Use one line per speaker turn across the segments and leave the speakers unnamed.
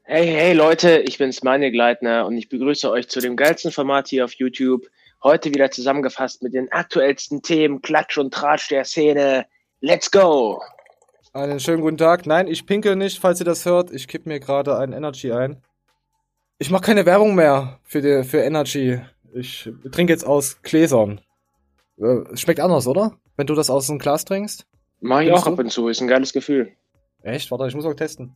Hey Leute, ich bin's Manuel Gleitner und ich begrüße euch zu dem geilsten Format hier auf YouTube. Heute wieder zusammengefasst mit den aktuellsten Themen, Klatsch und Tratsch der Szene. Let's go!
Einen schönen guten Tag. Nein, ich pinkel nicht, falls ihr das hört. Ich kipp mir gerade ein Energy ein. Ich mache keine Werbung mehr für Energy. Ich trinke jetzt aus Gläsern. Es schmeckt anders, oder? Wenn du das aus einem Glas trinkst?
Mach ich
Findest
auch
du?
ab und zu, ist ein geiles Gefühl.
Echt? Warte, ich muss auch testen.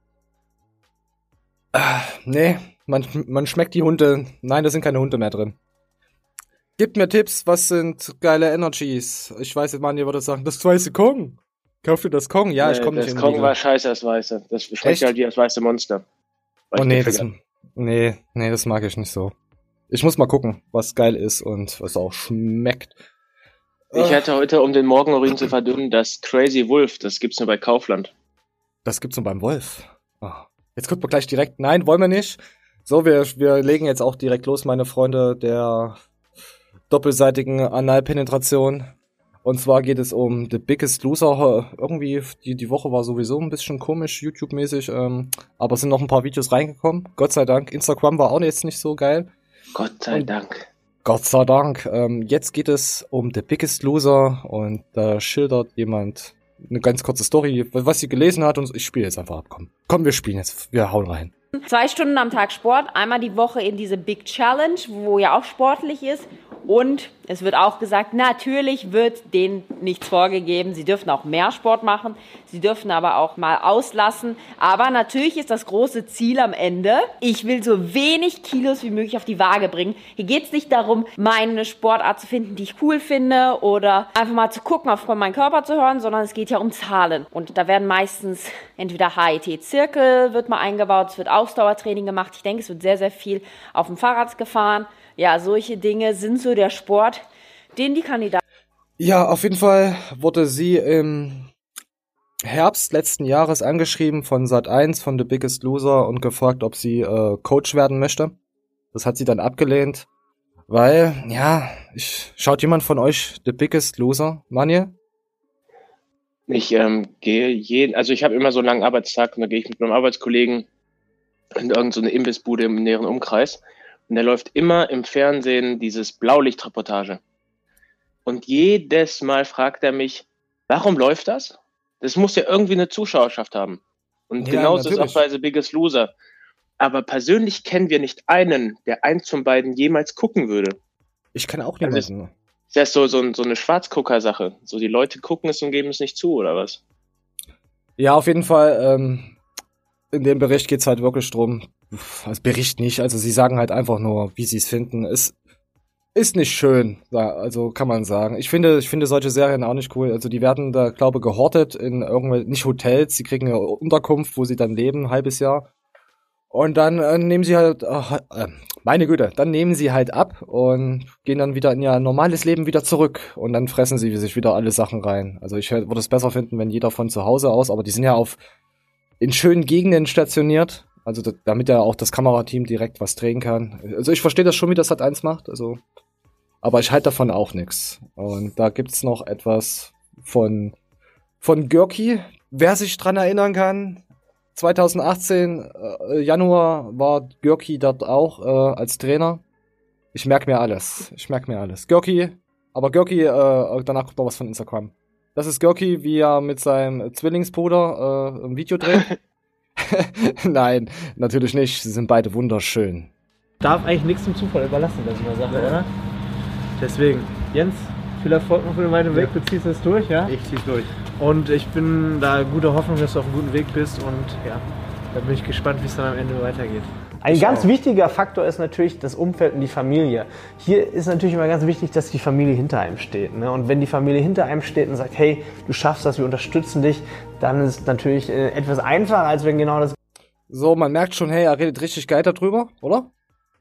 Nee, man schmeckt die Hunde. Nein, da sind keine Hunde mehr drin. Gib mir Tipps, was sind geile Energies? Ich weiß, Mann, ihr würdet sagen, das weiße Kong. Kauf dir das Kong? Ja, ich komme nicht
Das
in den
Kong
Lidl.
war scheiße, das Weiße. Das schmeckt
Echt?
halt wie das weiße Monster. War
Oh
ich
nee,
getriggert.
nee, das mag ich nicht so. Ich muss mal gucken, was geil ist und was auch schmeckt.
Ich hatte heute, um den Morgenurin zu verdünnen, das Crazy Wolf. Das gibt's nur bei Kaufland.
Das gibt's nur beim Wolf. Ah. Jetzt gucken wir gleich direkt. Nein, wollen wir nicht. So, wir legen jetzt auch direkt los, meine Freunde, der doppelseitigen Analpenetration. Und zwar geht es um The Biggest Loser. Irgendwie, die Woche war sowieso ein bisschen komisch, YouTube-mäßig. Aber es sind noch ein paar Videos reingekommen. Gott sei Dank. Instagram war auch jetzt nicht so geil.
Gott sei
Und
Dank.
Gott sei Dank. Jetzt geht es um The Biggest Loser und da schildert jemand eine ganz kurze Story, was sie gelesen hat und ich spiele jetzt einfach ab. Komm, wir spielen jetzt. Wir hauen rein.
2 Stunden am Tag Sport, einmal die Woche eben diese Big Challenge, wo ja auch sportlich ist. Und es wird auch gesagt, natürlich wird denen nichts vorgegeben. Sie dürfen auch mehr Sport machen. Sie dürfen aber auch mal auslassen. Aber natürlich ist das große Ziel am Ende, ich will so wenig Kilos wie möglich auf die Waage bringen. Hier geht es nicht darum, meine Sportart zu finden, die ich cool finde oder einfach mal zu gucken, auf meinen Körper zu hören, sondern es geht ja um Zahlen. Und da werden meistens entweder HIIT-Zirkel wird mal eingebaut, es wird Ausdauertraining gemacht. Ich denke, es wird sehr, sehr viel auf dem Fahrrad gefahren. Ja, solche Dinge sind so der Sport, den die Kandidaten...
Ja, auf jeden Fall wurde sie im Herbst letzten Jahres angeschrieben von Sat.1, von The Biggest Loser und gefragt, ob sie Coach werden möchte. Das hat sie dann abgelehnt, weil, ja, schaut jemand von euch The Biggest Loser, Manje?
Ich also ich habe immer so einen langen Arbeitstag und da gehe ich mit meinem Arbeitskollegen in irgendeine so eine Imbissbude im näheren Umkreis und da läuft immer im Fernsehen dieses Blaulichtreportage. Und jedes Mal fragt er mich, warum läuft das? Das muss ja irgendwie eine Zuschauerschaft haben. Und
Ja,
genauso ist
natürlich.
auch bei The Biggest Loser. Aber persönlich kennen wir nicht einen, der eins von beiden jemals gucken würde.
Ich kann auch
Also
niemanden.
ist das so eine Schwarzgucker-Sache? So die Leute gucken es und geben es nicht zu, oder was?
Ja, auf jeden Fall, in dem Bericht geht's halt wirklich drum, also Bericht nicht, also sie sagen halt einfach nur, wie sie es finden. Es ist nicht schön, also kann man sagen. Ich finde solche Serien auch nicht cool. Also die werden da, glaube ich, gehortet in irgendwelchen, nicht Hotels, sie kriegen eine Unterkunft, wo sie dann leben, ein halbes Jahr. Und dann nehmen sie halt, meine Güte, dann nehmen sie halt ab und gehen dann wieder in ihr normales Leben wieder zurück. Und dann fressen sie sich wieder alle Sachen rein. Also ich würde es besser finden, wenn jeder von zu Hause aus, aber die sind ja in schönen Gegenden stationiert. Also damit ja auch das Kamerateam direkt was drehen kann. Also ich verstehe das schon, wie das Sat.1 macht. Also, aber ich halte davon auch nichts. Und da gibt's noch etwas von Görki. Wer sich dran erinnern kann, 2018, Januar war Görki dort auch als Trainer. Ich merke mir alles. Görki, aber Görki, danach kommt noch was von Instagram. Das ist Görki, wie er mit seinem Zwillingsbruder ein Video dreht. Nein, natürlich nicht. Sie sind beide wunderschön.
Darf eigentlich nichts dem Zufall überlassen, das ist eine Sache, oder? Deswegen, Jens, viel Erfolg noch für den weiteren Weg, du ziehst es durch, ja?
Ich zieh's durch.
Und ich bin da guter Hoffnung, dass du auf einem guten Weg bist und ja, da bin ich gespannt, wie es dann am Ende weitergeht.
Ein ganz wichtiger Faktor ist natürlich das Umfeld und die Familie. Hier ist natürlich immer ganz wichtig, dass die Familie hinter einem steht. Ne? Und wenn die Familie hinter einem steht und sagt, hey, du schaffst das, wir unterstützen dich, dann ist es natürlich etwas einfacher, als wenn genau das...
So, man merkt schon, hey, er redet richtig geil darüber, oder?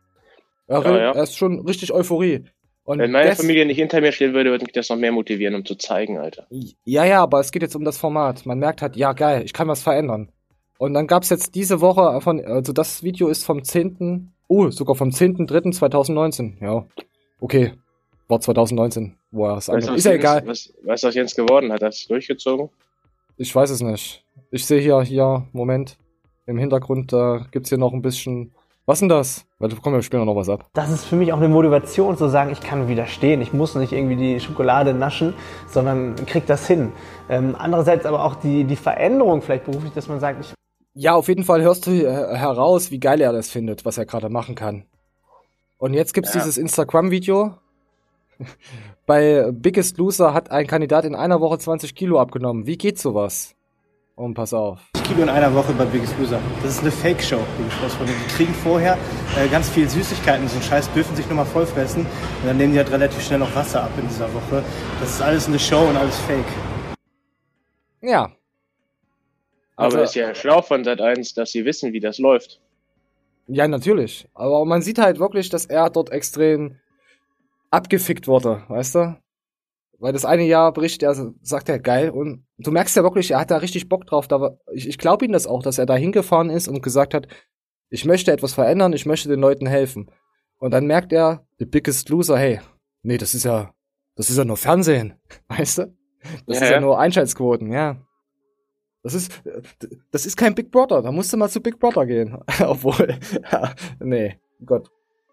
Er ist schon richtig Euphorie. Und
Wenn meine Familie nicht hinter mir stehen würde, würde mich das noch mehr motivieren, um zu zeigen, Alter.
Ja, aber es geht jetzt um das Format. Man merkt halt, ja geil, ich kann was verändern. Und dann gab's jetzt diese Woche also das Video ist vom 10. Sogar vom 10.3.2019. Ja, okay. War 2019, wo er es angefangen hat. Ist ja egal.
Was ist aus Jens geworden? Hat er es durchgezogen?
Ich weiß es nicht. Ich sehe hier, Moment. Im Hintergrund, da gibt's hier noch ein bisschen... Was denn das? Warte, komm, wir spielen noch was ab.
Das ist für mich auch eine Motivation zu sagen, ich kann widerstehen. Ich muss nicht irgendwie die Schokolade naschen, sondern krieg das hin. Andererseits aber auch die Veränderung vielleicht beruflich, dass man sagt,
Ja, auf jeden Fall hörst du heraus, wie geil er das findet, was er gerade machen kann. Und jetzt gibt's dieses Instagram-Video. Bei Biggest Loser hat ein Kandidat in einer Woche 20 Kilo abgenommen. Wie geht sowas? Und pass auf.
Kilo in einer Woche bei Biggest Loser. Das ist eine Fake-Show, die kriegen vorher ganz viel Süßigkeiten, so einen Scheiß, dürfen sich nur mal vollfressen und dann nehmen die halt relativ schnell noch Wasser ab in dieser Woche. Das ist alles eine Show und alles Fake.
Ja.
Aber ist ja schlau von Sat.1, dass sie wissen, wie das läuft.
Ja, natürlich. Aber man sieht halt wirklich, dass er dort extrem abgefickt wurde, weißt du? Weil das eine Jahr berichtet er, sagt er, geil. Und du merkst ja wirklich, er hat da richtig Bock drauf. Ich glaube ihm das auch, dass er da hingefahren ist und gesagt hat, ich möchte etwas verändern, ich möchte den Leuten helfen. Und dann merkt er, The Biggest Loser, hey, nee, das ist ja nur Fernsehen, weißt du? Das ist ja nur Einschaltquoten, ja. Das ist kein Big Brother, da musst du mal zu Big Brother gehen. Obwohl, ja, nee, Gott.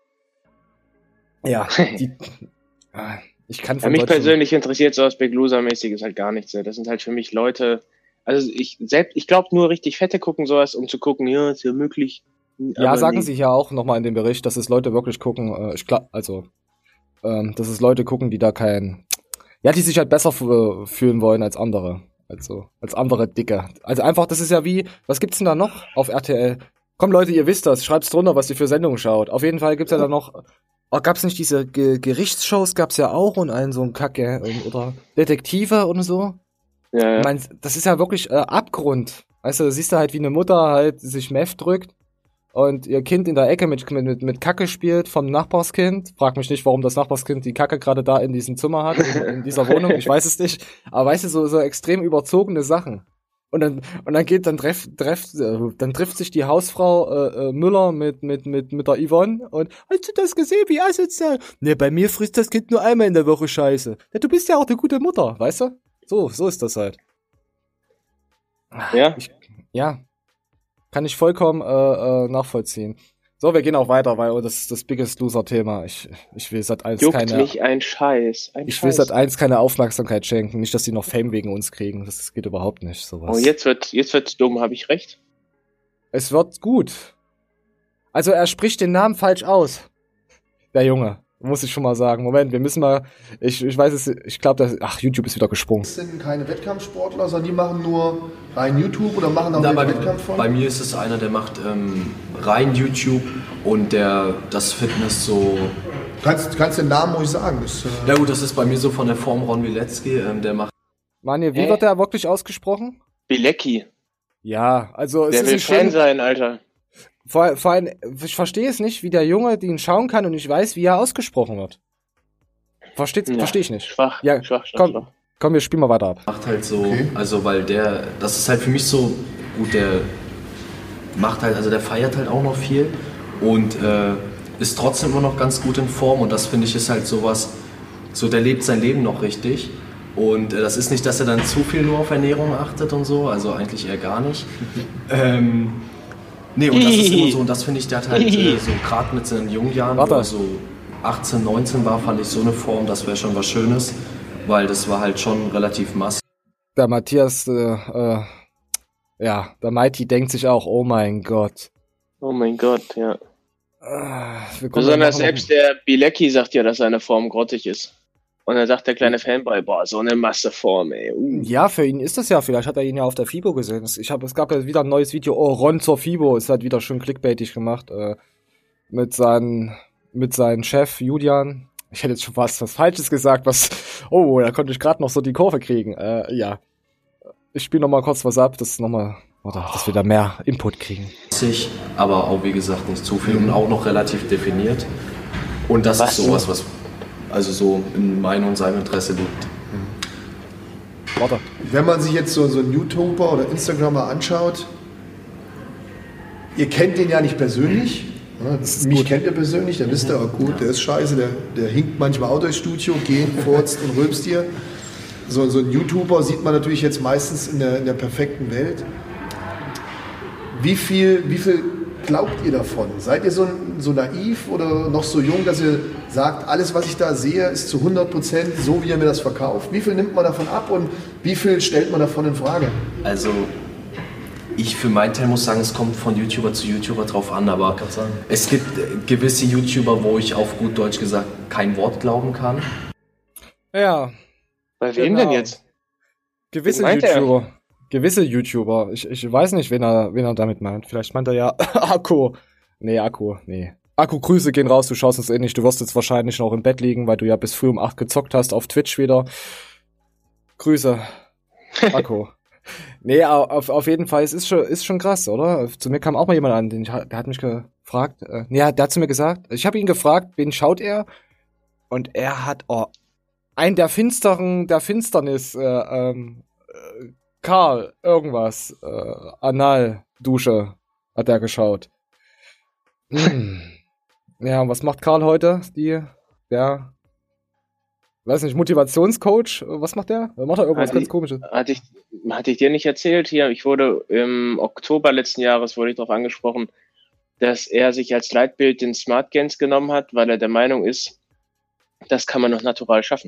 Ja, ich kann von
mich persönlich interessiert sowas Big Loser-mäßiges halt gar nichts. Das sind halt für mich Leute, also ich glaube nur richtig Fette gucken sowas, um zu gucken, ja, ist ja möglich.
Ja, sagen sie ja auch nochmal in dem Bericht, dass es Leute wirklich gucken, dass es Leute gucken, die da die sich halt besser fühlen wollen als andere. Also, als andere Dicke. Also einfach, das ist ja wie, was gibt's denn da noch auf RTL? Komm Leute, ihr wisst das, schreibt's drunter, was ihr für Sendungen schaut. Auf jeden Fall gibt's ja da noch, gab's nicht diese Gerichtsshows, gab's ja auch und so ein Kacke, oder Detektive und so.
Ja.
Ich mein, das ist ja wirklich Abgrund. Weißt du, da siehst du halt, wie eine Mutter halt sich Meth drückt und ihr Kind in der Ecke mit Kacke spielt vom Nachbarskind. Frag mich nicht, warum das Nachbarskind die Kacke gerade da in diesem Zimmer hat, in dieser Wohnung. Ich weiß es nicht. Aber weißt du, so extrem überzogene Sachen. Und dann trifft sich die Hausfrau Müller mit der Yvonne und hast du das gesehen, wie asozial? Ne, bei mir frisst das Kind nur einmal in der Woche Scheiße. Ja, du bist ja auch eine gute Mutter, weißt du? So ist das halt.
Ja?
Kann ich vollkommen nachvollziehen. So, wir gehen auch weiter, weil das ist das Biggest Loser-Thema. Ich will Sat.1
Juckt mich ein Scheiß.
Ich will Sat.1 keine Aufmerksamkeit schenken. Nicht, dass die noch Fame wegen uns kriegen. Das geht überhaupt nicht, sowas.
Oh, jetzt wird's dumm, habe ich recht?
Es wird gut. Also, er spricht den Namen falsch aus. Der Junge. Muss ich schon mal sagen. Moment, wir müssen mal, ich weiß es, ich glaube, YouTube ist wieder gesprungen.
Das sind keine Wettkampfsportler, sondern die machen nur rein YouTube oder machen auch Wettkampf von?
Bei mir ist es einer, der macht rein YouTube und das Fitness so...
Kannst den Namen ruhig sagen.
Ja gut, das ist bei mir so von der Form Ron Wilecki, der macht...
Manje, wie wird der wirklich ausgesprochen?
Bilecki.
Ja, also es
der
ist
will
ein Fan
sein, Alter.
Vor allem, ich verstehe es nicht, wie der Junge den schauen kann und ich weiß, wie er ausgesprochen wird. Verstehe ich nicht.
Schwach.
Komm, wir spielen mal weiter ab.
Macht halt so, also weil das ist halt für mich so, gut, der macht halt, also der feiert halt auch noch viel und ist trotzdem immer noch ganz gut in Form und das finde ich ist halt sowas, so der lebt sein Leben noch richtig und das ist nicht, dass er dann zu viel nur auf Ernährung achtet und so, also eigentlich eher gar nicht. Nee, und das ist immer so, und das finde ich, der hat halt so gerade mit seinen jungen Jahren, wo er so 18, 19 war, fand ich so eine Form, das wäre schon was Schönes, weil das war halt schon relativ massig.
Der Matthias, der Mighty denkt sich auch, oh mein Gott.
Oh mein Gott, ja. Besonders selbst der Bilecki sagt ja, dass seine Form grottig ist. Und dann sagt der kleine Fanboy, boah, so eine Masseform, ey.
Ja, für ihn ist das ja, vielleicht hat er ihn ja auf der FIBO gesehen. Es gab ja wieder ein neues Video, oh, Ron zur FIBO, ist halt wieder schön clickbaitig gemacht, mit seinem Chef Julian. Ich hätte jetzt schon was Falsches gesagt, da konnte ich gerade noch so die Kurve kriegen. Ja. Ich spiele noch mal kurz was ab, dass wir da mehr Input kriegen.
Aber auch, wie gesagt, nicht zu viel und auch noch relativ definiert. Und das ist sowas, was also so in meinem und seinem Interesse liegt.
Warte.
Wenn man sich jetzt so einen YouTuber oder Instagrammer anschaut, ihr kennt den ja nicht persönlich. Mich kennt ihr persönlich, der wisst ihr, oh gut, der ist scheiße, der hinkt manchmal auch durchs Studio, geht, furzt und rülpst hier. So einen YouTuber sieht man natürlich jetzt meistens in der perfekten Welt. Wie viel glaubt ihr davon? Seid ihr so naiv oder noch so jung, dass ihr sagt, alles, was ich da sehe, ist zu 100% so, wie ihr mir das verkauft? Wie viel nimmt man davon ab und wie viel stellt man davon in Frage?
Also, ich für meinen Teil muss sagen, es kommt von YouTuber zu YouTuber drauf an, aber es gibt gewisse YouTuber, wo ich auf gut Deutsch gesagt kein Wort glauben kann.
Ja.
Bei wem denn jetzt?
Gewisse YouTuber. Ich weiß nicht, wen er damit meint. Vielleicht meint er ja Akku. Nee. Akku, Grüße gehen raus, du schaust es eh nicht. Du wirst jetzt wahrscheinlich noch im Bett liegen, weil du ja bis früh um 8 gezockt hast auf Twitch wieder. Grüße. Akku. Nee, auf jeden Fall, es ist schon krass, oder? Zu mir kam auch mal jemand an, der hat mich gefragt, der hat zu mir gesagt, ich habe ihn gefragt, wen schaut er? Und er hat, einen der Finsternis, Karl, irgendwas, Anal-Dusche hat er geschaut. Ja, und was macht Karl heute? Weiß nicht, Motivationscoach, was macht der? Macht er irgendwas ganz Komisches?
Hatte ich dir nicht erzählt hier? Ich wurde im Oktober letzten Jahres darauf angesprochen, dass er sich als Leitbild den Smart Gains genommen hat, weil er der Meinung ist, das kann man noch natural schaffen.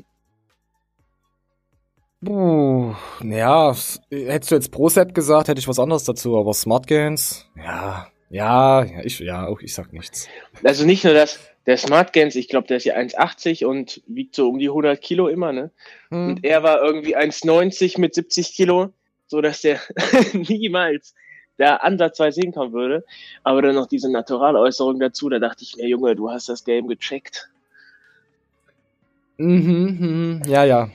Ja, hättest du jetzt ProSet gesagt, hätte ich was anderes dazu, aber Smart Gains, ich sag nichts.
Also nicht nur das, der Smart Gains, ich glaube, der ist ja 1,80 und wiegt so um die 100 Kilo immer, ne? Und er war irgendwie 1,90 mit 70 Kilo, so dass der niemals da ansatzweise hinkommen würde. Aber dann noch diese Naturaläußerung dazu, da dachte ich mir, Junge, du hast das Game gecheckt.
Ja.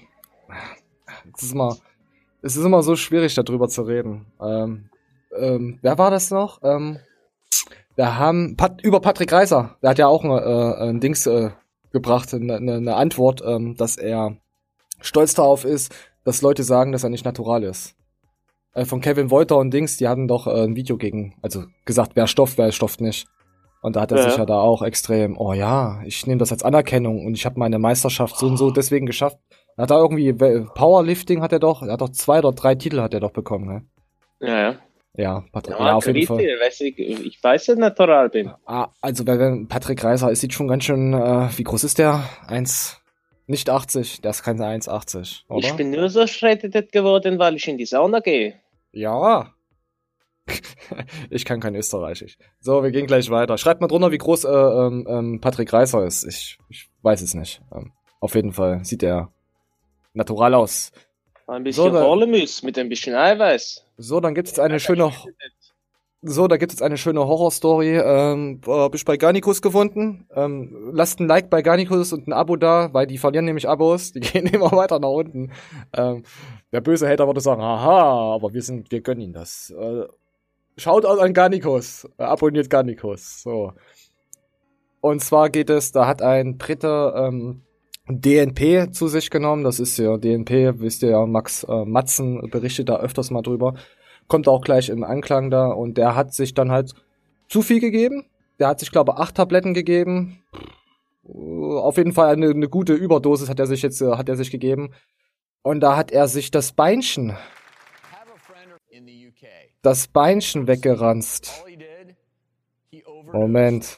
Es ist immer so schwierig, darüber zu reden. Wer war das noch? Wir haben über Patrick Reiser, der hat ja auch ein Dings gebracht, eine Antwort, dass er stolz darauf ist, dass Leute sagen, dass er nicht natural ist. Von Kevin Wolter und Dings, die hatten doch ein Video gesagt, wer stofft nicht. Und da hat er sich ja da auch extrem, ich nehme das als Anerkennung und ich habe meine Meisterschaft so und so deswegen geschafft. Er hat da irgendwie Powerlifting er hat doch 2 oder 3 Titel hat er doch bekommen, ne?
Ja.
Ja, Patrick, auf jeden Fall.
Ich weiß, dass ich natural bin.
Also, wenn Patrick Reiser sieht schon ganz schön, wie groß ist der? Nicht 80, der ist kein 1,80, oder?
Ich bin nur so schreddet geworden, weil ich in die Sauna gehe.
Ja. Ich kann kein Österreichisch. So, wir gehen gleich weiter. Schreibt mal drunter, wie groß Patrick Reiser ist. Ich weiß es nicht. Auf jeden Fall sieht er natural aus.
Ein bisschen Horlemüs mit ein bisschen Eiweiß.
So, dann gibt es eine schöne Horrorstory. Hab ich bei Garnicus gefunden. Lasst ein Like bei Garnicus und ein Abo da, weil die verlieren nämlich Abos. Die gehen immer weiter nach unten. Der böse Hater würde sagen, haha, aber wir gönnen ihnen das. Schaut an Garnicus. Abonniert Garnicus. So. Und zwar geht es, da hat ein Brite DNP zu sich genommen. Das ist ja DNP, wisst ihr ja, Max Matzen berichtet da öfters mal drüber. Kommt auch gleich im Anklang da und der hat sich dann halt zu viel gegeben. Der hat sich, glaube ich, 8 Tabletten gegeben. Auf jeden Fall eine gute Überdosis hat er sich gegeben. Und da hat er sich das Beinchen weggeranzt. Moment.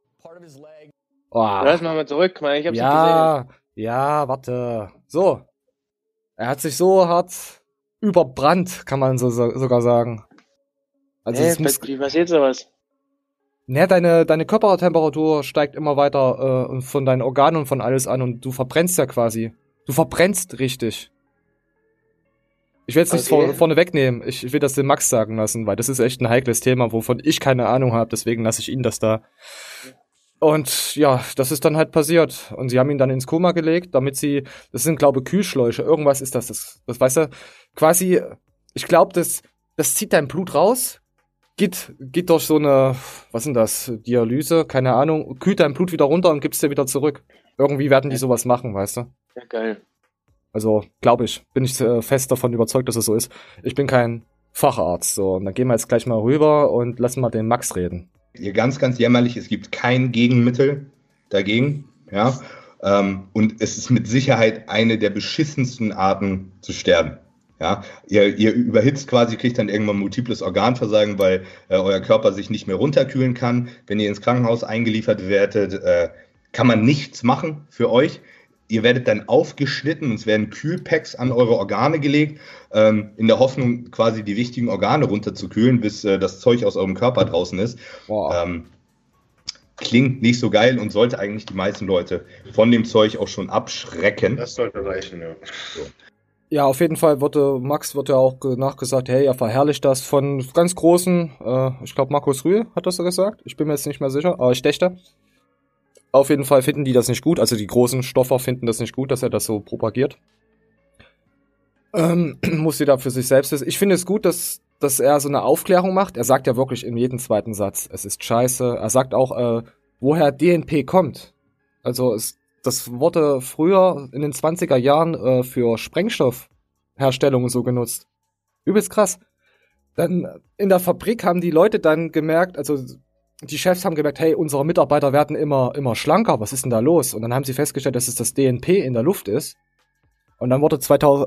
Lass mal zurück, ich hab's nicht gesehen.
Ja, warte. So. Er hat sich so hart überbrannt, kann man sogar sagen. Also
wie passiert sowas?
Ne, deine Körpertemperatur steigt immer weiter von deinen Organen und von alles an und du verbrennst ja quasi. Du verbrennst richtig. Ich will jetzt nichts vorne wegnehmen. Ich will das dem Max sagen lassen, weil das ist echt ein heikles Thema, wovon ich keine Ahnung habe. Deswegen lasse ich ihn das da. Und ja, das ist dann halt passiert. Und sie haben ihn dann ins Koma gelegt, damit das sind, glaube ich, Kühlschläuche. Irgendwas ist das weißt du, quasi, ich glaube, das zieht dein Blut raus, geht durch so eine, was sind das, Dialyse, keine Ahnung, kühlt dein Blut wieder runter und gibt's dir wieder zurück. Irgendwie werden die sowas machen, weißt du?
Ja, geil.
Also, glaube ich, bin ich fest davon überzeugt, dass es so ist. Ich bin kein Facharzt, so. Und dann gehen wir jetzt gleich mal rüber und lassen mal den Max reden.
Ganz, ganz jämmerlich, es gibt kein Gegenmittel dagegen, ja. Und es ist mit Sicherheit eine der beschissensten Arten zu sterben. Ja, ihr überhitzt quasi, kriegt dann irgendwann multiples Organversagen, weil euer Körper sich nicht mehr runterkühlen kann. Wenn ihr ins Krankenhaus eingeliefert werdet, kann man nichts machen für euch. Ihr werdet dann aufgeschnitten und es werden Kühlpacks an eure Organe gelegt, in der Hoffnung, quasi die wichtigen Organe runterzukühlen, bis das Zeug aus eurem Körper draußen ist. Klingt nicht so geil und sollte eigentlich die meisten Leute von dem Zeug auch schon abschrecken.
Das sollte reichen, ja.
So.
Ja, auf jeden Fall Max wird ja auch nachgesagt, hey, er verherrlicht das von ganz großen, ich glaube Markus Rühl hat das gesagt, ich bin mir jetzt nicht mehr sicher, aber ich dächte. Auf jeden Fall finden die das nicht gut, also die großen Stoffer finden das nicht gut, dass er das so propagiert. Muss jeder für sich selbst wissen. Ich finde es gut, dass er so eine Aufklärung macht. Er sagt ja wirklich in jedem zweiten Satz, es ist scheiße. Er sagt auch, woher DNP kommt. Also das wurde früher in den 20er Jahren für Sprengstoffherstellung so genutzt. Übelst krass. Dann in der Fabrik haben die Leute dann gemerkt, also die Chefs haben gemerkt, hey, unsere Mitarbeiter werden immer schlanker, was ist denn da los? Und dann haben sie festgestellt, dass es das DNP in der Luft ist. Und dann wurde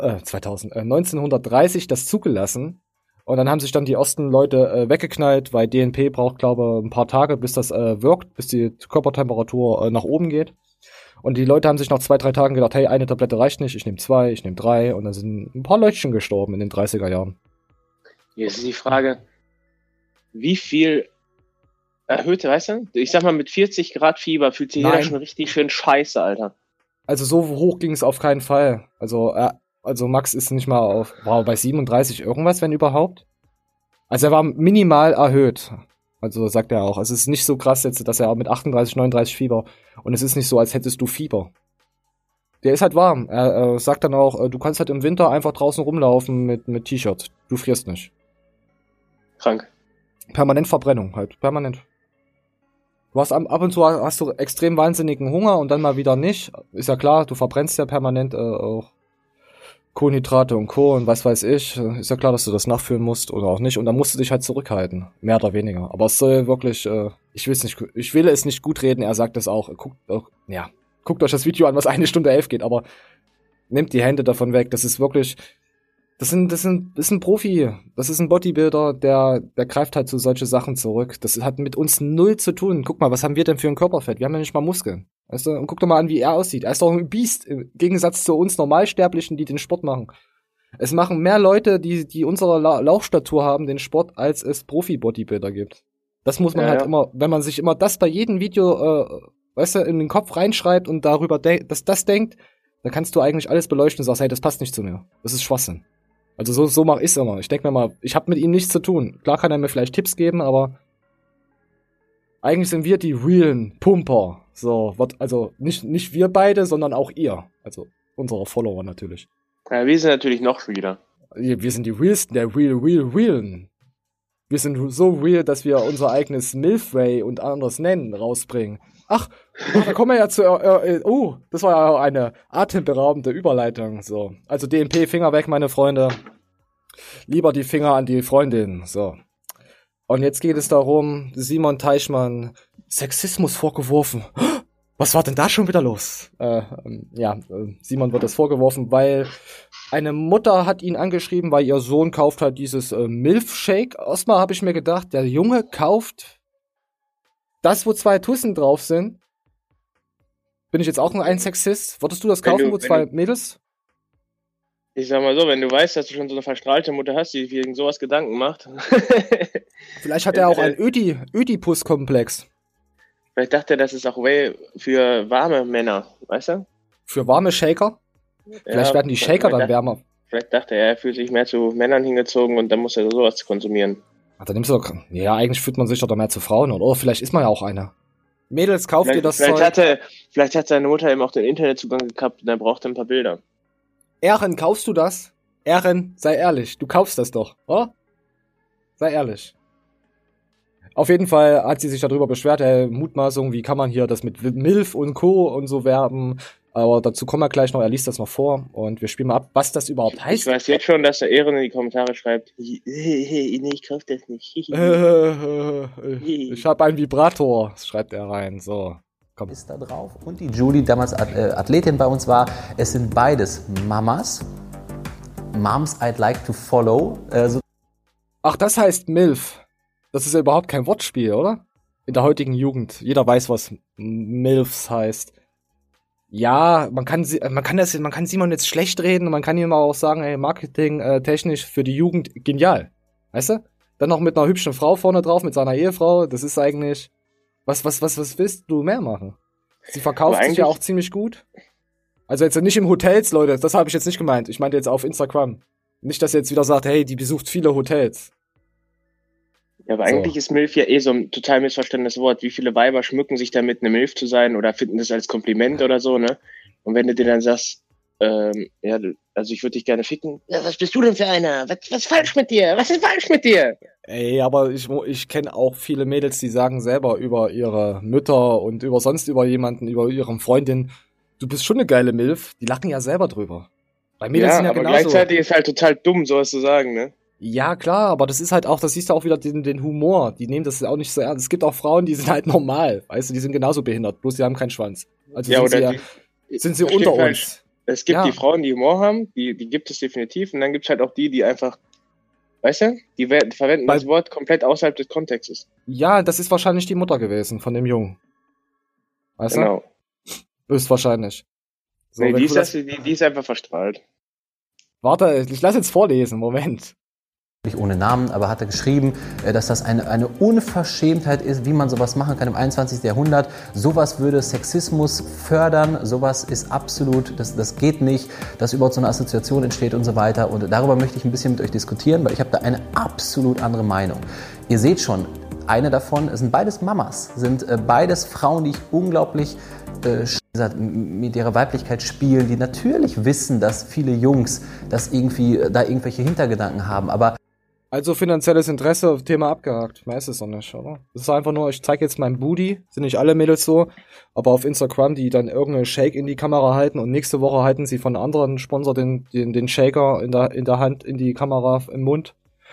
1930 das zugelassen. Und dann haben sich dann die ersten Leute weggeknallt, weil DNP braucht, glaube ich, ein paar Tage, bis das wirkt, bis die Körpertemperatur nach oben geht. Und die Leute haben sich nach 2-3 Tagen gedacht, hey, eine Tablette reicht nicht, ich nehme 2, ich nehme 3. Und dann sind ein paar Leutchen gestorben in den 30er Jahren.
Jetzt ist die Frage, wie viel erhöhte, weißt du? Ich sag mal, mit 40 Grad Fieber fühlt sich jeder schon richtig schön scheiße, Alter.
Also so hoch ging es auf keinen Fall. Also Max ist nicht mal war bei 37 irgendwas, wenn überhaupt. Also er war minimal erhöht. Also sagt er auch. Es ist nicht so krass jetzt, dass er mit 38, 39 Fieber. Und es ist nicht so, als hättest du Fieber. Der ist halt warm. Er sagt dann auch, du kannst halt im Winter einfach draußen rumlaufen mit T-Shirt. Du frierst nicht.
Krank.
Permanent Verbrennung halt. Permanent. Du hast ab und zu hast du extrem wahnsinnigen Hunger und dann mal wieder nicht. Ist ja klar, du verbrennst ja permanent auch Kohlenhydrate und Co. und was weiß ich. Ist ja klar, dass du das nachfüllen musst oder auch nicht. Und dann musst du dich halt zurückhalten. Mehr oder weniger. Aber es soll wirklich, ich will es nicht gut reden. Er sagt es auch. Guckt euch das Video an, was 1 Stunde 11 geht. Aber nehmt die Hände davon weg. Das ist wirklich, das ist ein Profi. Das ist ein Bodybuilder, der greift halt zu solche Sachen zurück. Das hat mit uns null zu tun. Guck mal, was haben wir denn für ein Körperfett? Wir haben ja nicht mal Muskeln. Weißt du? Und guck doch mal an, wie er aussieht. Er ist doch ein Biest im Gegensatz zu uns Normalsterblichen, die den Sport machen. Es machen mehr Leute, die unsere Lauchstatur haben, den Sport, als es Profi-Bodybuilder gibt. Das muss man immer, wenn man sich immer das bei jedem Video, weißt du, in den Kopf reinschreibt und darüber das denkt, dann kannst du eigentlich alles beleuchten und sagst, hey, das passt nicht zu mir. Das ist Schwachsinn. Also so mache ich's immer. Ich denke mir mal, ich habe mit ihm nichts zu tun. Klar kann er mir vielleicht Tipps geben, aber eigentlich sind wir die realen Pumper. So, also nicht wir beide, sondern auch ihr. Also unsere Follower natürlich.
Ja, wir sind natürlich noch realer.
Wir sind die realsten, der realen. Wir sind so real, dass wir unser eigenes Milfway und anderes Nennen rausbringen. Ach, da kommen wir ja zu, das war ja eine atemberaubende Überleitung, so. Also DNP, Finger weg, meine Freunde. Lieber die Finger an die Freundin, so. Und jetzt geht es darum, Simon Teichmann, Sexismus vorgeworfen. Was war denn da schon wieder los? Simon wird das vorgeworfen, weil eine Mutter hat ihn angeschrieben, weil ihr Sohn kauft halt dieses Milfshake. Erstmal habe ich mir gedacht, der Junge kauft das, wo 2 Tussen drauf sind. Bin ich jetzt auch ein Sexist? Würdest du das kaufen, wo 2 Mädels?
Ich sag mal so, wenn du weißt, dass du schon so eine verstrahlte Mutter hast, die wegen sowas Gedanken macht.
Vielleicht hat er auch einen Ödipus-Komplex.
Vielleicht dachte er, das ist auch way für warme Männer, weißt du?
Für warme Shaker? Vielleicht werden die Shaker dann wärmer.
Vielleicht dachte er fühlt sich mehr zu Männern hingezogen und dann muss er sowas konsumieren.
Ach, dann nimmst du doch, ja, eigentlich fühlt man sich doch mehr zu Frauen, oder vielleicht ist man ja auch einer. Mädels, kauft ihr das Zeug?
Vielleicht hat seine Mutter eben auch den Internetzugang gehabt und er braucht ein paar Bilder.
Ehren, kaufst du das? Ehren, sei ehrlich, du kaufst das doch, oder? Sei ehrlich. Auf jeden Fall hat sie sich darüber beschwert, Mutmaßung, wie kann man hier das mit Milf und Co. und so werben. Aber dazu kommen wir gleich noch, er liest das noch vor und wir spielen mal ab, was das überhaupt heißt.
Ich weiß jetzt schon, dass der Ehren in die Kommentare schreibt, nee, ich kauf das nicht.
Ich habe einen Vibrator, schreibt er rein, so. Komm.
Ist da drauf. Und die Julie damals Athletin bei uns war. Es sind beides Mamas. Moms I'd like to follow.
Ach, das heißt MILF. Das ist ja überhaupt kein Wortspiel, oder? In der heutigen Jugend. Jeder weiß, was MILFs heißt. Ja, man kann Simon jetzt schlecht reden und man kann ihm auch sagen, ey, Marketing technisch für die Jugend genial. Weißt du? Dann noch mit einer hübschen Frau vorne drauf, mit seiner Ehefrau, das ist eigentlich, was willst du mehr machen? Sie verkauft sich ja auch ziemlich gut. Also jetzt nicht im Hotels, Leute, das habe ich jetzt nicht gemeint. Ich meinte jetzt auf Instagram. Nicht, dass ihr jetzt wieder sagt, hey, die besucht viele Hotels.
Ja, aber eigentlich ist MILF ja so ein total missverstandenes Wort. Wie viele Weiber schmücken sich damit, eine MILF zu sein oder finden das als Kompliment oder so, ne? Und wenn du dir dann sagst, also ich würde dich gerne ficken. Ja, was bist du denn für einer? Was ist falsch mit dir? Was ist falsch mit dir?
Ey, aber ich kenne auch viele Mädels, die sagen selber über ihre Mütter und über jemanden, über ihre Freundin, du bist schon eine geile MILF. Die lachen ja selber drüber. Bei Mädels sind ja
aber
genauso.
Gleichzeitig ist halt total dumm, sowas zu sagen, ne?
Ja, klar, aber das ist halt auch, das siehst du auch wieder den Humor. Die nehmen das auch nicht so ernst. Es gibt auch Frauen, die sind halt normal. Weißt du, die sind genauso behindert, bloß die haben keinen Schwanz. Also sind sie unter uns.
Es gibt die Frauen, die Humor haben, die gibt es definitiv. Und dann gibt es halt auch die einfach, weißt du, die verwenden das Wort komplett außerhalb des Kontextes.
Ja, das ist wahrscheinlich die Mutter gewesen von dem Jungen. Weißt du? Höchstwahrscheinlich. So,
nee, die ist einfach verstrahlt.
Warte, ich lass jetzt vorlesen, Moment.
Ohne Namen, aber hat er geschrieben, dass das eine Unverschämtheit ist, wie man sowas machen kann im 21. Jahrhundert. Sowas würde Sexismus fördern, sowas ist absolut, das geht nicht, dass überhaupt so eine Assoziation entsteht und so weiter. Und darüber möchte ich ein bisschen mit euch diskutieren, weil ich habe da eine absolut andere Meinung. Ihr seht schon, eine davon, es sind beides Mamas, sind beides Frauen, die ich unglaublich mit ihrer Weiblichkeit spielen, die natürlich wissen, dass viele Jungs das irgendwie da irgendwelche Hintergedanken haben, aber
also finanzielles Interesse, Thema abgehakt. Mehr ist es doch nicht, oder? Das ist einfach nur, ich zeige jetzt meinen Booty, sind nicht alle Mädels so, aber auf Instagram, die dann irgendeinen Shake in die Kamera halten und nächste Woche halten sie von einem anderen Sponsor den Shaker in der Hand, in die Kamera, im Mund.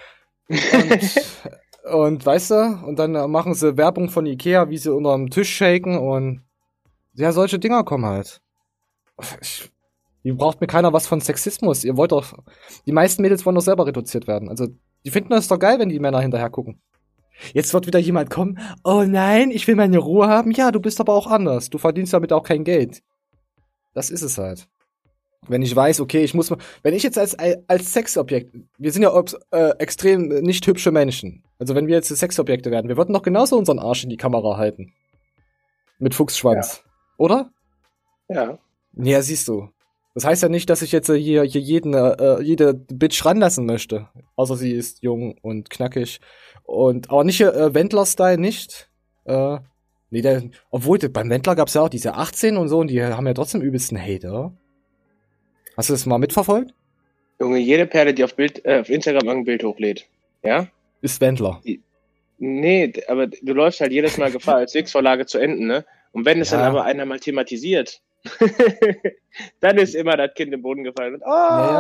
Und weißt du, und dann machen sie Werbung von Ikea, wie sie unter dem Tisch shaken und ja, solche Dinger kommen halt. Hier braucht mir keiner was von Sexismus. Ihr wollt doch, die meisten Mädels wollen doch selber reduziert werden. Also, die finden das doch geil, wenn die Männer hinterher gucken. Jetzt wird wieder jemand kommen, oh nein, ich will meine Ruhe haben. Ja, du bist aber auch anders. Du verdienst damit auch kein Geld. Das ist es halt. Wenn ich weiß, okay, wenn ich jetzt als Sexobjekt, wir sind ja extrem nicht hübsche Menschen. Also wenn wir jetzt Sexobjekte werden, wir würden doch genauso unseren Arsch in die Kamera halten. Mit Fuchsschwanz. Ja. Oder?
Ja.
Ja, siehst du. Das heißt ja nicht, dass ich jetzt hier jede Bitch ranlassen möchte. Außer sie ist jung und knackig. Aber nicht Wendler-Style nicht. Obwohl, beim Wendler gab's ja auch diese 18 und so, und die haben ja trotzdem übelsten Hate, oder? Hast du das mal mitverfolgt?
Junge, jede Perle, die auf Instagram ein Bild hochlädt, ja?
Ist Wendler.
Nee, aber du läufst halt jedes Mal Gefahr, als Wix-Vorlage zu enden, ne? Und wenn es dann aber einer mal thematisiert, dann ist immer das Kind im Boden gefallen. Und,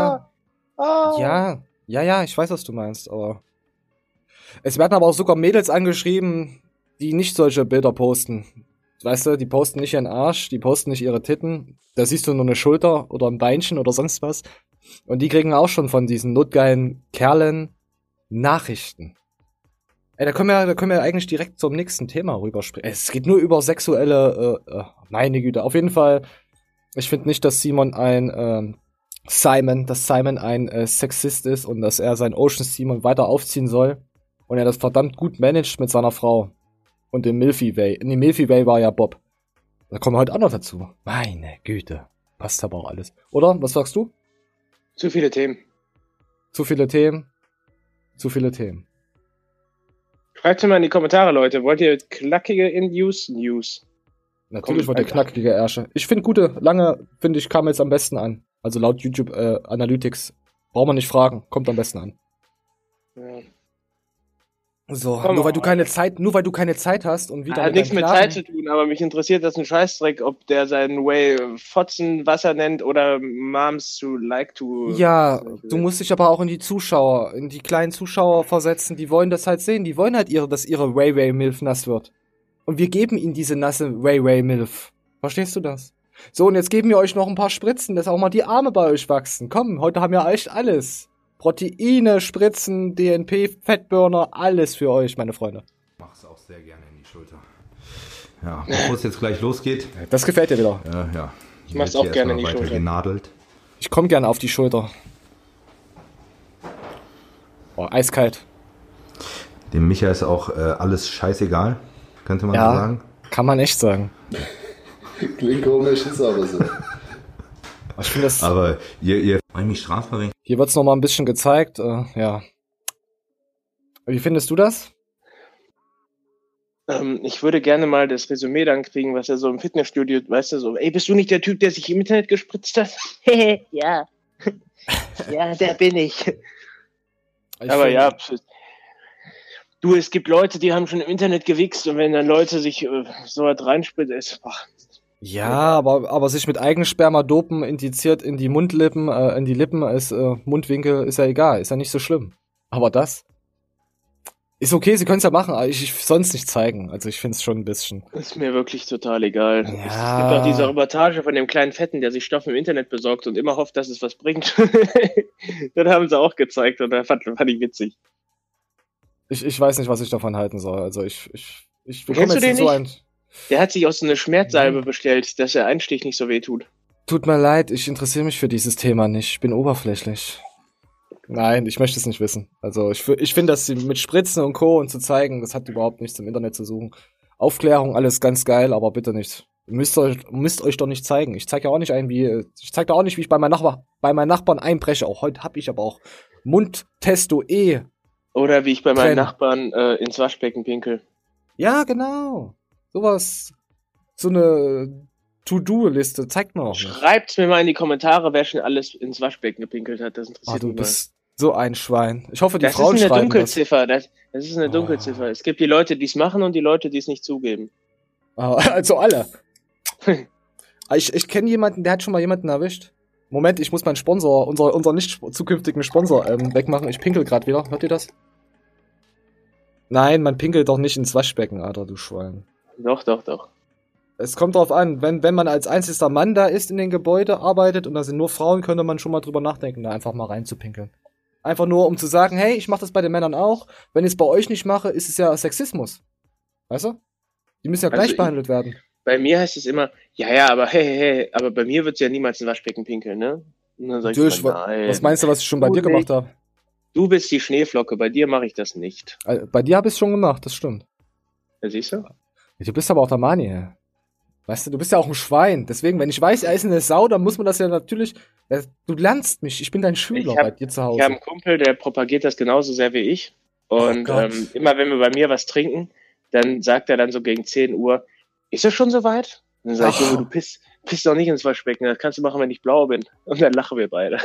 Ja, ich weiß, was du meinst, aber es werden aber auch sogar Mädels angeschrieben, die nicht solche Bilder posten. Weißt du, die posten nicht ihren Arsch, die posten nicht ihre Titten. Da siehst du nur eine Schulter oder ein Beinchen oder sonst was. Und die kriegen auch schon von diesen notgeilen Kerlen Nachrichten. Ey, da können wir eigentlich direkt zum nächsten Thema rüberspringen. Es geht nur über sexuelle, meine Güte. Auf jeden Fall, ich finde nicht, dass Simon ein Sexist ist und dass er sein Ocean Simon weiter aufziehen soll. Und er das verdammt gut managt mit seiner Frau. Und dem Milky Way. In dem Milky Way war ja Bob. Da kommen wir heute auch noch dazu. Meine Güte. Passt aber auch alles. Oder? Was sagst du?
Zu viele Themen.
Zu viele Themen. Zu viele Themen.
Schreibt mal in die Kommentare, Leute. Wollt ihr knackige News?
Natürlich wollt ihr knackige Ärsche. Ich finde finde ich, kam jetzt am besten an. Also laut YouTube Analytics. Braucht man nicht fragen. Kommt am besten an.
Ja.
So, nur weil du keine Zeit hast und wieder.
Hat nichts mit Zeit zu tun, aber mich interessiert das ein Scheißdreck, ob der seinen Way Fotzenwasser nennt oder Moms to like to.
Ja, du musst dich aber auch in die kleinen Zuschauer versetzen, die wollen das halt sehen, die wollen halt dass ihre Way Milf nass wird. Und wir geben ihnen diese nasse Way Milf. Verstehst du das? So, und jetzt geben wir euch noch ein paar Spritzen, dass auch mal die Arme bei euch wachsen. Komm, heute haben wir echt alles. Proteine, Spritzen, DNP, Fettburner, alles für euch, meine Freunde.
Ich mach's auch sehr gerne in die Schulter. Ja, bevor es jetzt gleich losgeht.
Das gefällt dir wieder.
Ja.
Ich mach's auch gerne in die Schulter.
Genadelt.
Ich komme gerne auf die Schulter. Oh, eiskalt.
Dem Micha ist auch alles scheißegal, könnte man so sagen.
Kann man echt sagen.
Klingt komisch, ist aber so.
Ich finde das.
Aber ihr mich strafverringt.
Hier wird's noch mal ein bisschen gezeigt, ja. Wie findest du das?
Ich würde gerne mal das Resümee dann kriegen, was er so im Fitnessstudio, weißt du, so, ey, bist du nicht der Typ, der sich im Internet gespritzt hat? Ja. Ja, der bin ich. Aber ja, du, es gibt Leute, die haben schon im Internet gewichst und wenn dann Leute sich so was reinspritzen, ist,
ja, aber sich mit Eigensperma dopen, injiziert in die Mundlippen, in die Lippen, ist Mundwinkel, ist ja egal, ist ja nicht so schlimm. Aber das ist okay, sie können es ja machen, aber ich soll es nicht zeigen. Also ich finde es schon ein bisschen.
Ist mir wirklich total egal.
Ja.
Es gibt auch diese Reportage von dem kleinen Fetten, der sich Stoff im Internet besorgt und immer hofft, dass es was bringt. Das haben sie auch gezeigt und da fand ich witzig.
Ich weiß nicht, was ich davon halten soll. Also ich
Kennst du den nicht? Der hat sich auch so eine Schmerzsalbe bestellt, dass der Einstich nicht so weh tut.
Tut mir leid, ich interessiere mich für dieses Thema nicht. Ich bin oberflächlich. Nein, ich möchte es nicht wissen. Also ich finde, dass sie mit Spritzen und Co. und zu zeigen, das hat überhaupt nichts im Internet zu suchen. Aufklärung, alles ganz geil, aber bitte nicht. Ihr müsst euch doch nicht zeigen. Ich zeige ja auch nicht ich zeige da auch nicht, wie ich bei meinen Nachbarn einbreche. Auch heute habe ich aber auch Mundtesto
Oder wie ich bei meinen Nachbarn ins Waschbecken pinkel.
Ja, genau. Sowas. So eine To-Do-Liste. Zeigt mir auch nicht.
Schreibt's mir mal in die Kommentare, wer schon alles ins Waschbecken gepinkelt hat. Das interessiert mich.
Du bist so ein Schwein. Ich hoffe, die Frauen schreiben das.
Das ist eine Dunkelziffer. Das ist eine Dunkelziffer. Es gibt die Leute, die es machen und die Leute, die es nicht zugeben.
Also alle. Ich kenne jemanden, der hat schon mal jemanden erwischt. Moment, ich muss meinen Sponsor, unser nicht zukünftigen Sponsor wegmachen. Ich pinkel gerade wieder. Hört ihr das? Nein, man pinkelt doch nicht ins Waschbecken, Alter, du Schwein.
Doch.
Es kommt drauf an, wenn man als einziger Mann da ist in den Gebäude, arbeitet und da sind nur Frauen, könnte man schon mal drüber nachdenken, da einfach mal reinzupinkeln. Einfach nur, um zu sagen, hey, ich mach das bei den Männern auch. Wenn ich es bei euch nicht mache, ist es ja Sexismus. Weißt du? Die müssen ja gleich behandelt werden.
Bei mir heißt es immer, ja, aber hey, aber bei mir wird's ja niemals ein Waschbecken pinkeln, ne? Und dann sag ich mal, nein.
Was meinst du, was ich schon bei dir gemacht habe?
Du bist die Schneeflocke, bei dir mache ich das nicht.
Bei dir habe ich es schon gemacht, das stimmt.
Ja, siehst du?
Du bist aber auch der Mani. Weißt du bist ja auch ein Schwein. Deswegen, wenn ich weiß, er ist eine Sau, dann muss man das ja natürlich... Du lernst mich, ich bin dein Schüler bei dir zu Hause.
Ich habe einen Kumpel, der propagiert das genauso sehr wie ich. Und immer wenn wir bei mir was trinken, dann sagt er dann so gegen 10 Uhr, ist es schon soweit? Und dann sag ich, Junge, du pisst doch nicht ins Waschbecken, das kannst du machen, wenn ich blau bin. Und dann lachen wir beide.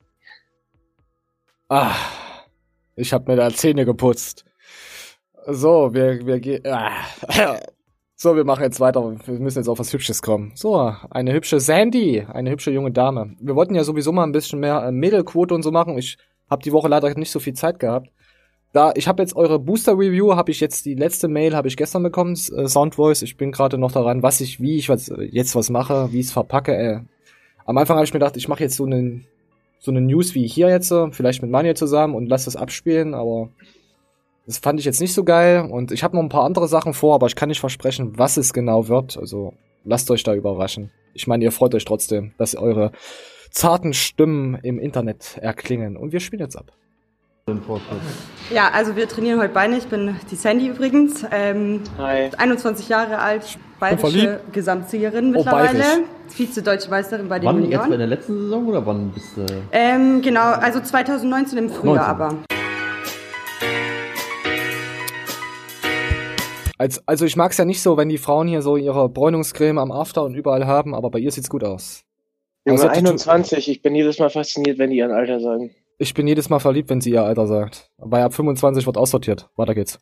Ich habe mir da Zähne geputzt. So, wir gehen... So, wir machen jetzt weiter. Wir müssen jetzt auf was Hübsches kommen. So, eine hübsche Sandy, eine hübsche junge Dame. Wir wollten ja sowieso mal ein bisschen mehr Mädelquote und so machen. Ich habe die Woche leider nicht so viel Zeit gehabt. Ich habe jetzt eure Booster-Review, habe ich jetzt die letzte Mail, habe ich gestern bekommen, Soundvoice. Ich bin gerade noch daran, wie ich jetzt was mache, wie ich es verpacke. Am Anfang habe ich mir gedacht, ich mache jetzt so eine News wie hier jetzt, vielleicht mit Manuel zusammen und lass das abspielen, aber das fand ich jetzt nicht so geil und ich habe noch ein paar andere Sachen vor, aber ich kann nicht versprechen, was es genau wird. Also lasst euch da überraschen. Ich meine, ihr freut euch trotzdem, dass eure zarten Stimmen im Internet erklingen. Und wir spielen jetzt ab.
Ja, also wir trainieren heute Beine. Ich bin die Sandy übrigens.
Hi.
21 Jahre alt, bayerische Gesamtsiegerin mittlerweile. Vize-Deutsche Meisterin bei den
Wann,
Junioren.
jetzt bei der letzten Saison oder wann bist du?
Genau, also 2019 im Frühjahr 19. aber.
Also ich mag's ja nicht so, wenn die Frauen hier so ihre Bräunungscreme am After und überall haben, aber bei ihr sieht's gut aus.
Junge, 21, ich bin jedes Mal fasziniert, wenn die ihr Alter sagen.
Ich bin jedes Mal verliebt, wenn sie ihr Alter sagt. Weil ab 25 wird aussortiert. Weiter geht's.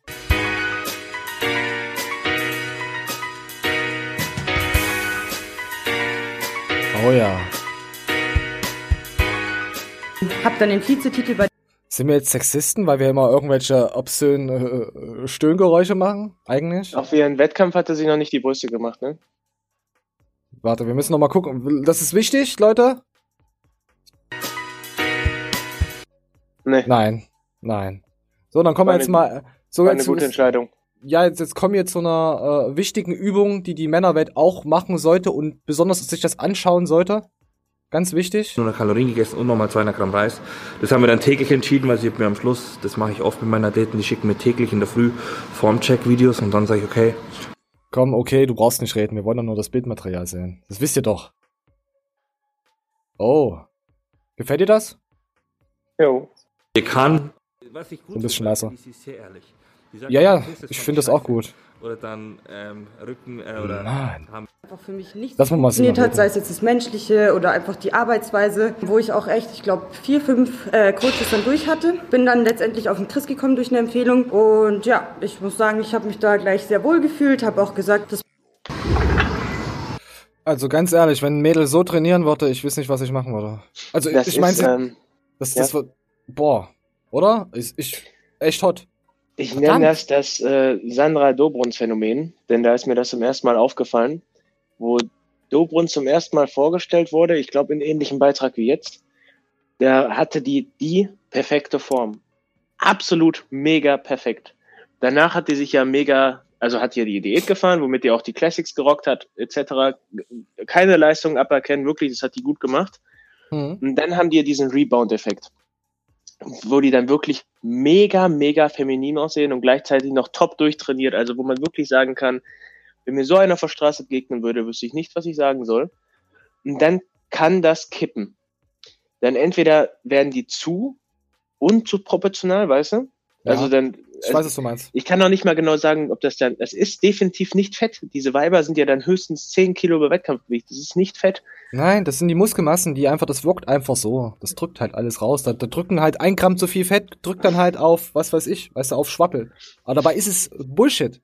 Oh ja.
Hab dann den Vizetitel bei...
Sind wir jetzt Sexisten, weil wir immer irgendwelche obszönen Stöhngeräusche machen? Eigentlich?
Auf ihren Wettkampf hatte sie noch nicht die Brüste gemacht, ne?
Warte, wir müssen noch mal gucken. Das ist wichtig, Leute?
Nee.
Nein. So, dann kommen wir jetzt mal... So,
eine gute Entscheidung.
Ja, jetzt kommen wir zu einer wichtigen Übung, die Männerwelt auch machen sollte und besonders sich das anschauen sollte. Ganz wichtig.
Nur Kalorien gegessen und nochmal 200 Gramm Reis. Das haben wir dann täglich entschieden, weil sie mir am Schluss, das mache ich oft mit meinen Athleten, die schicken mir täglich in der Früh Formcheck-Videos und dann sage ich, okay.
Komm, okay, du brauchst nicht reden, wir wollen doch nur das Bildmaterial sehen. Das wisst ihr doch. Oh. Gefällt dir das?
Jo.
Ich kann.
So ein bisschen leiser.
Sie ist sehr ehrlich.
Ja, ich finde das auch gut.
Oder dann Rücken oder
Nein.
Einfach für mich nicht
Lass mal
funktioniert hat, sei es jetzt das Menschliche oder einfach die Arbeitsweise, wo ich auch echt, ich glaube, 4, 5 Coaches dann durch hatte. Bin dann letztendlich auf den Chris gekommen durch eine Empfehlung und ja, ich muss sagen, ich habe mich da gleich sehr wohl gefühlt, habe auch gesagt, dass...
Also ganz ehrlich, wenn ein Mädel so trainieren würde, ich weiß nicht, was ich machen würde. Also ich meine, das wird, boah, oder? Ich echt hot.
Ich nenne das Sandra Dobruns-Phänomen, denn da ist mir das zum ersten Mal aufgefallen, wo Dobrun zum ersten Mal vorgestellt wurde, ich glaube in ähnlichem Beitrag wie jetzt, der hatte die perfekte Form. Absolut mega perfekt. Danach hat die sich ja hat hier die Diät gefahren, womit die auch die Classics gerockt hat, etc. Keine Leistung aberkennen, wirklich, das hat die gut gemacht. Und dann haben die diesen Rebound-Effekt, wo die dann wirklich mega, mega feminin aussehen und gleichzeitig noch top durchtrainiert, also wo man wirklich sagen kann, wenn mir so einer auf der Straße begegnen würde, wüsste ich nicht, was ich sagen soll. Und dann kann das kippen. Dann entweder werden die zu proportional, weißt du?
Ja,
also dann,
ich weiß, was du meinst.
Ich kann noch nicht mal genau sagen, ob das ist definitiv nicht Fett. Diese Weiber sind ja dann höchstens 10 Kilo über Wettkampfgewicht. Das ist nicht Fett.
Nein, das sind die Muskelmassen, das wirkt einfach so. Das drückt halt alles raus. Da drücken halt 1 Gramm zu viel Fett, drückt dann halt auf, was weiß ich, auf Schwappel. Aber dabei ist es Bullshit.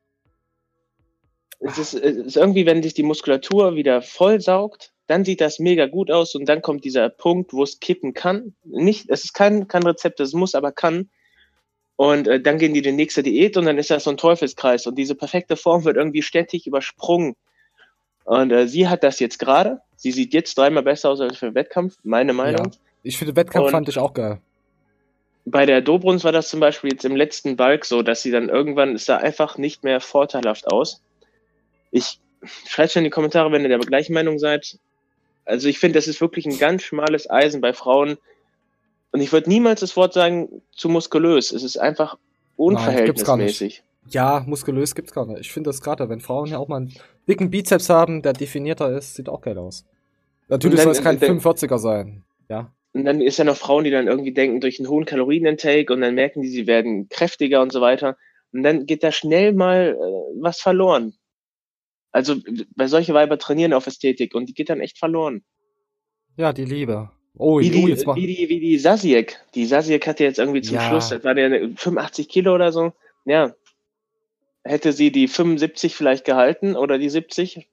Es ist irgendwie, wenn sich die Muskulatur wieder vollsaugt, dann sieht das mega gut aus und dann kommt dieser Punkt, wo es kippen kann. Es ist kein Rezept, es muss, aber kann. Und dann gehen die nächste Diät und dann ist das so ein Teufelskreis und diese perfekte Form wird irgendwie stetig übersprungen. Und sie hat das jetzt gerade. Sie sieht jetzt 3-mal besser aus als für den Wettkampf, meine Meinung.
Ja. Ich finde, Wettkampf fand ich auch geil.
Bei der Dobruns war das zum Beispiel jetzt im letzten Bulk so, dass sie dann irgendwann, es sah einfach nicht mehr vorteilhaft aus. Schreibt schon in die Kommentare, wenn ihr der gleichen Meinung seid. Also ich finde, das ist wirklich ein ganz schmales Eisen bei Frauen. Und ich würde niemals das Wort sagen, zu muskulös. Es ist einfach unverhältnismäßig.
Ja, muskulös gibt's gar nicht. Ich finde das gerade, wenn Frauen ja auch mal einen dicken Bizeps haben, der definierter ist, sieht auch geil aus. Natürlich soll es kein 45er sein. Ja.
Und dann ist ja noch Frauen, die dann irgendwie denken, durch einen hohen Kalorienintake und dann merken die, sie werden kräftiger und so weiter. Und dann geht da schnell mal was verloren. Also bei solche Weiber trainieren auf Ästhetik und die geht dann echt verloren.
Ja, die Liebe. Oh,
wie die Sasiek. Die Sasiek hatte jetzt irgendwie zum Schluss, das war der 85 Kilo oder so. Ja. Hätte sie die 75 vielleicht gehalten oder die 70?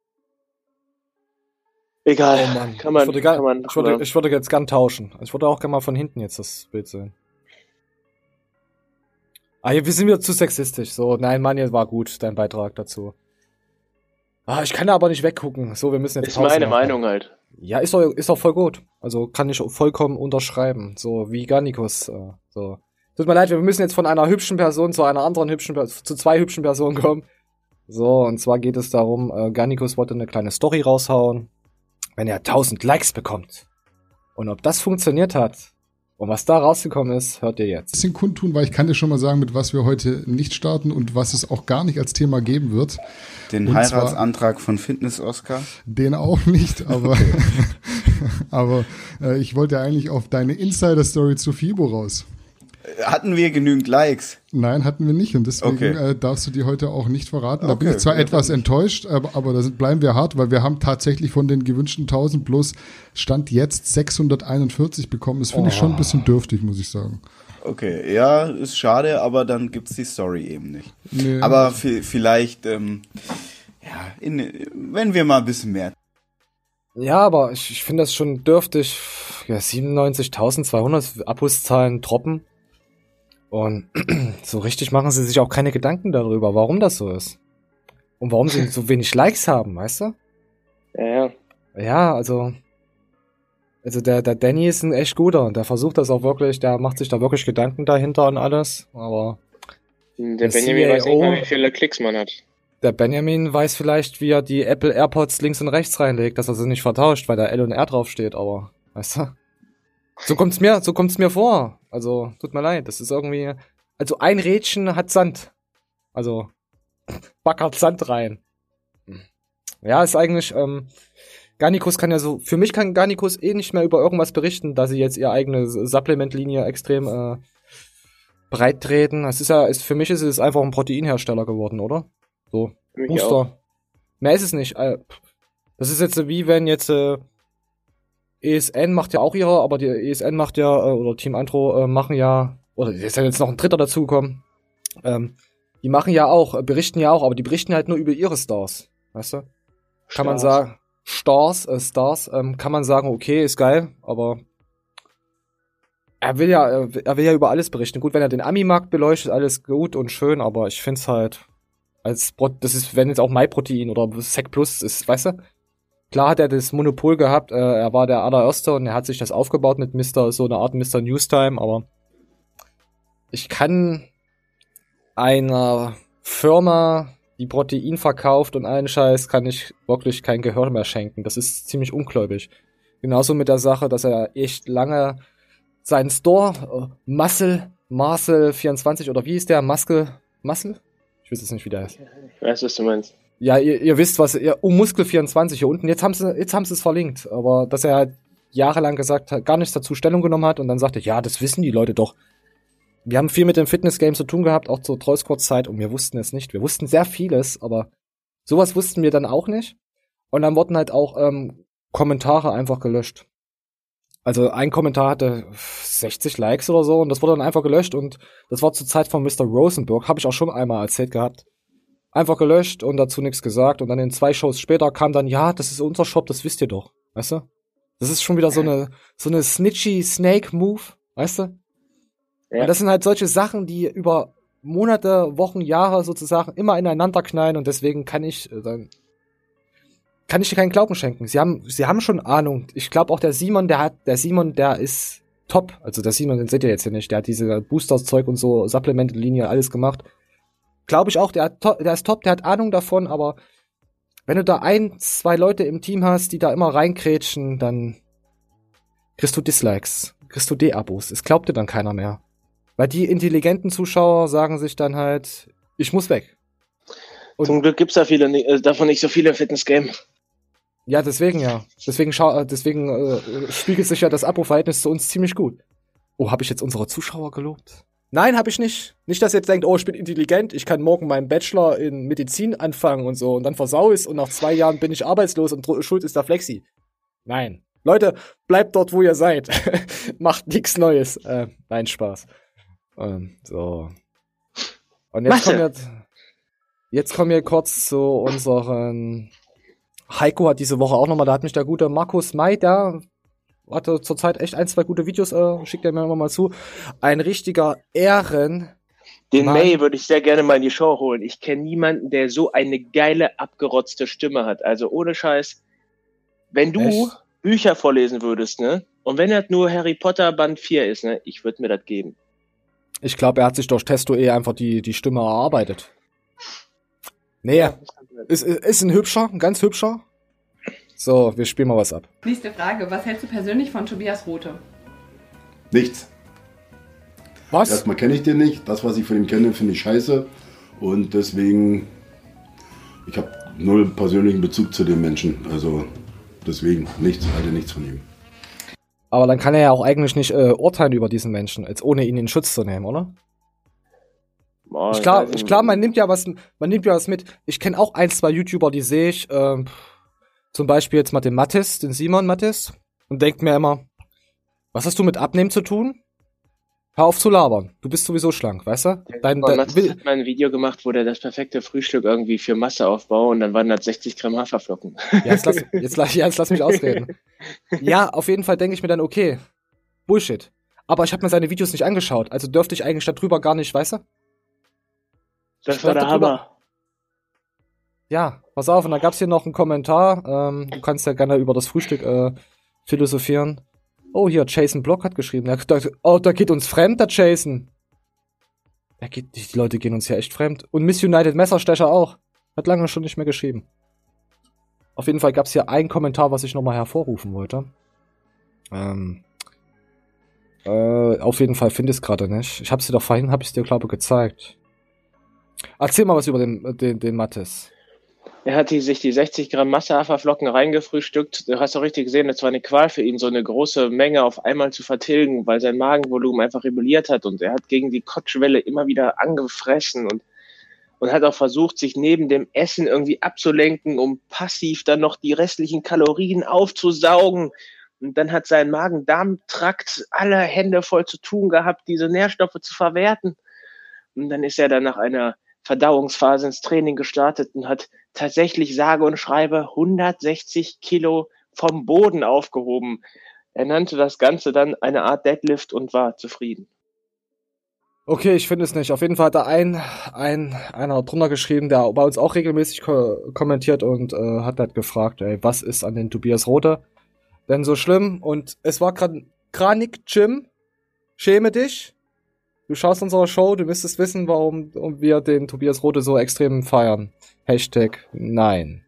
Egal.
Oh Mann. Ich würde jetzt gern tauschen. Ich würde auch gerne mal von hinten jetzt das Bild sehen. Wir sind wieder zu sexistisch. So, nein, Mann, jetzt war gut, dein Beitrag dazu. Ich kann da aber nicht weggucken. So, wir müssen jetzt
Pause machen. Ist meine Meinung halt.
Ja, ist auch voll gut. Also kann ich vollkommen unterschreiben. So wie Garnikus. So. Tut mir leid, wir müssen jetzt von einer hübschen Person zu einer anderen zu 2 hübschen Personen kommen. So, und zwar geht es darum, Garnikus wollte eine kleine Story raushauen, wenn er 1000 Likes bekommt. Und ob das funktioniert hat und was da rausgekommen ist, hört ihr jetzt.
Ein bisschen kundtun, weil ich kann dir schon mal sagen, mit was wir heute nicht starten und was es auch gar nicht als Thema geben wird.
Den Heiratsantrag von Fitness-Oscar?
Den auch nicht, aber, aber ich wollte eigentlich auf deine Insider-Story zu FIBO raus.
Hatten wir genügend Likes?
Nein, hatten wir nicht und deswegen darfst du die heute auch nicht verraten. Da bin ich zwar etwas enttäuscht, aber da bleiben wir hart, weil wir haben tatsächlich von den gewünschten 1000 plus Stand jetzt 641 bekommen. Das finde ich schon ein bisschen dürftig, muss ich sagen.
Okay, ja, ist schade, aber dann gibt's die Story eben nicht.
Nee.
Aber vielleicht, wenn wir mal ein bisschen mehr.
Ja, aber ich finde das schon dürftig. Ja, 97.200 Abos-Zahlen droppen. Und so richtig machen sie sich auch keine Gedanken darüber, warum das so ist. Und warum sie so wenig Likes haben, weißt du?
Ja.
Ja, also der Danny ist ein echt guter und der versucht das auch wirklich, der macht sich da wirklich Gedanken dahinter und alles, aber
der Benjamin weiß nicht mal, wie viele Klicks man hat.
Der Benjamin weiß vielleicht, wie er die Apple AirPods links und rechts reinlegt, dass er sie nicht vertauscht, weil da L und R draufsteht, aber, weißt du? So kommt's mir vor. Also, tut mir leid, das ist irgendwie, also ein Rädchen hat Sand. Also, backert Sand rein. Ja, ist eigentlich, Garnicus kann ja so, für mich kann Garnicus nicht mehr über irgendwas berichten, da sie jetzt ihre eigene Supplement-Linie extrem breit treten. Für mich ist es einfach ein Proteinhersteller geworden, oder? So, Booster. Auch. Mehr ist es nicht. Das ist jetzt wie wenn jetzt ESN macht ja auch ihre, aber die ESN macht ja, oder Team Antro machen ja, oder ist ja jetzt noch ein dritter dazugekommen. Die machen ja auch, berichten ja auch, aber die berichten halt nur über ihre Stars. Weißt du? Kann man sagen, Stars, kann man sagen, okay, ist geil, aber er will ja über alles berichten. Gut, wenn er den Ami-Markt beleuchtet, alles gut und schön, aber ich find's halt, das ist, wenn jetzt auch MyProtein oder Sec Plus ist, weißt du? Klar hat er das Monopol gehabt, er war der allererste und er hat sich das aufgebaut mit so eine Art Mr. Newstime, aber ich kann einer Firma, die Protein verkauft und allen Scheiß, kann ich wirklich kein Gehör mehr schenken. Das ist ziemlich ungläubig. Genauso mit der Sache, dass er echt lange seinen Store, Marcel24 oder wie ist der? Muscle? Ich weiß jetzt nicht, wie der heißt.
Ich weiß, was du meinst.
Ja, ihr wisst, Muskel24 hier unten. Jetzt haben sie es verlinkt. Aber dass er halt jahrelang gesagt hat, gar nichts dazu Stellung genommen hat und dann sagte, ja, das wissen die Leute doch. Wir haben viel mit dem Fitness-Game zu tun gehabt, auch zur Trollsquad-Zeit und wir wussten es nicht. Wir wussten sehr vieles, aber sowas wussten wir dann auch nicht. Und dann wurden halt auch Kommentare einfach gelöscht. Also ein Kommentar hatte 60 Likes oder so und das wurde dann einfach gelöscht und das war zur Zeit von Mr. Rosenberg, habe ich auch schon einmal erzählt gehabt. Einfach gelöscht und dazu nichts gesagt und dann in 2 Shows später kam dann, ja, das ist unser Shop, das wisst ihr doch, weißt du? Das ist schon wieder so eine snitchy Snake-Move, weißt du? Ja. Und das sind halt solche Sachen, die über Monate, Wochen, Jahre sozusagen immer ineinander knallen und deswegen kann ich dir keinen Glauben schenken. Sie haben schon Ahnung. Ich glaube auch der Simon, der ist top. Also der Simon, den seht ihr jetzt hier nicht. Der hat diese Boosters-Zeug und so, Supplement-Linie, alles gemacht. Glaube ich auch, der ist top, der hat Ahnung davon, aber wenn du da 1, 2 Leute im Team hast, die da immer reinkrätschen, dann kriegst du Dislikes, kriegst du D-Abos. Es glaubt dir dann keiner mehr. Weil die intelligenten Zuschauer sagen sich dann halt, ich muss weg.
Und zum Glück gibt's davon nicht so viele im Fitness-Game.
Ja, deswegen ja. Deswegen spiegelt sich ja das Abo-Verhältnis zu uns ziemlich gut. Oh, habe ich jetzt unsere Zuschauer gelobt? Nein, habe ich nicht. Nicht, dass ihr jetzt denkt, oh, ich bin intelligent, ich kann morgen meinen Bachelor in Medizin anfangen und so und dann versau ich's und nach 2 Jahren bin ich arbeitslos und schuld ist der Flexi. Nein. Leute, bleibt dort, wo ihr seid. Macht nichts Neues. Nein, Spaß. So. Und jetzt kommen wir kurz zu unseren... Heiko hat diese Woche auch nochmal, da hat mich der gute Markus May, der hatte zurzeit echt 1, 2 gute Videos, schickt er mir immer mal zu. Ein richtiger Den
May würde ich sehr gerne mal in die Show holen. Ich kenne niemanden, der so eine geile, abgerotzte Stimme hat. Also ohne Scheiß, wenn du Bücher vorlesen würdest, ne? Und wenn das nur Harry Potter Band 4 ist, ne? Ich würde mir das geben.
Ich glaube, er hat sich durch Testo einfach die Stimme erarbeitet. Nee, ja, ist ein ganz hübscher. So, wir spielen mal was ab.
Nächste Frage. Was hältst du persönlich von Tobias Rothe?
Nichts.
Was?
Erstmal kenne ich den nicht. Das, was ich von ihm kenne, finde ich scheiße. Und deswegen, ich habe 0 persönlichen Bezug zu dem Menschen. Also deswegen halte nichts von ihm.
Aber dann kann er ja auch eigentlich nicht urteilen über diesen Menschen, als ohne ihn in Schutz zu nehmen, oder?
Boah,
klar, man nimmt ja was mit. Ich kenne auch 1, 2 YouTuber, die sehe ich, zum Beispiel jetzt mal den Simon Mattis, und denkt mir immer, was hast du mit Abnehmen zu tun? Hör auf zu labern, du bist sowieso schlank, weißt du?
Mattis hat mal ein Video gemacht, wo der das perfekte Frühstück irgendwie für Masseaufbau und dann waren das 60 Gramm Haferflocken.
Ja, jetzt lass mich ausreden. Ja, auf jeden Fall denke ich mir dann, okay, Bullshit. Aber ich habe mir seine Videos nicht angeschaut, also dürfte ich eigentlich darüber gar nicht, weißt du?
Das war der Hammer.
Ja, Pass auf, und da gab's hier noch einen Kommentar. Du kannst ja gerne über das Frühstück philosophieren. Oh, hier, Jason Block hat geschrieben. Da geht uns fremd, der Jason. Die Leute gehen uns ja echt fremd. Und Miss United Messerstecher auch. Hat lange schon nicht mehr geschrieben. Auf jeden Fall gab's hier einen Kommentar, was ich nochmal hervorrufen wollte. Auf jeden Fall finde ich es gerade nicht. Ich hab's dir doch vorhin, glaube ich, gezeigt. Erzähl mal was über den Mathis.
Er hat sich die 60 Gramm Masse-Haferflocken reingefrühstückt. Du hast doch richtig gesehen, das war eine Qual für ihn, so eine große Menge auf einmal zu vertilgen, weil sein Magenvolumen einfach rebelliert hat und er hat gegen die Kotzschwelle immer wieder angefressen und hat auch versucht, sich neben dem Essen irgendwie abzulenken, um passiv dann noch die restlichen Kalorien aufzusaugen. Und dann hat sein Magen-Darm-Trakt alle Hände voll zu tun gehabt, diese Nährstoffe zu verwerten. Und dann ist er dann nach einer Verdauungsphase ins Training gestartet und hat tatsächlich sage und schreibe 160 Kilo vom Boden aufgehoben. Er nannte das Ganze dann eine Art Deadlift und war zufrieden.
Okay, ich finde es nicht. Auf jeden Fall hat da einer drunter geschrieben, der bei uns auch regelmäßig kommentiert und hat halt gefragt, ey, was ist an den Tobias Rothe denn so schlimm? Und es war gerade Kranik Jim. Schäme dich. Du schaust unsere Show, du müsstest wissen, warum wir den Tobias Rothe so extrem feiern. Hashtag nein.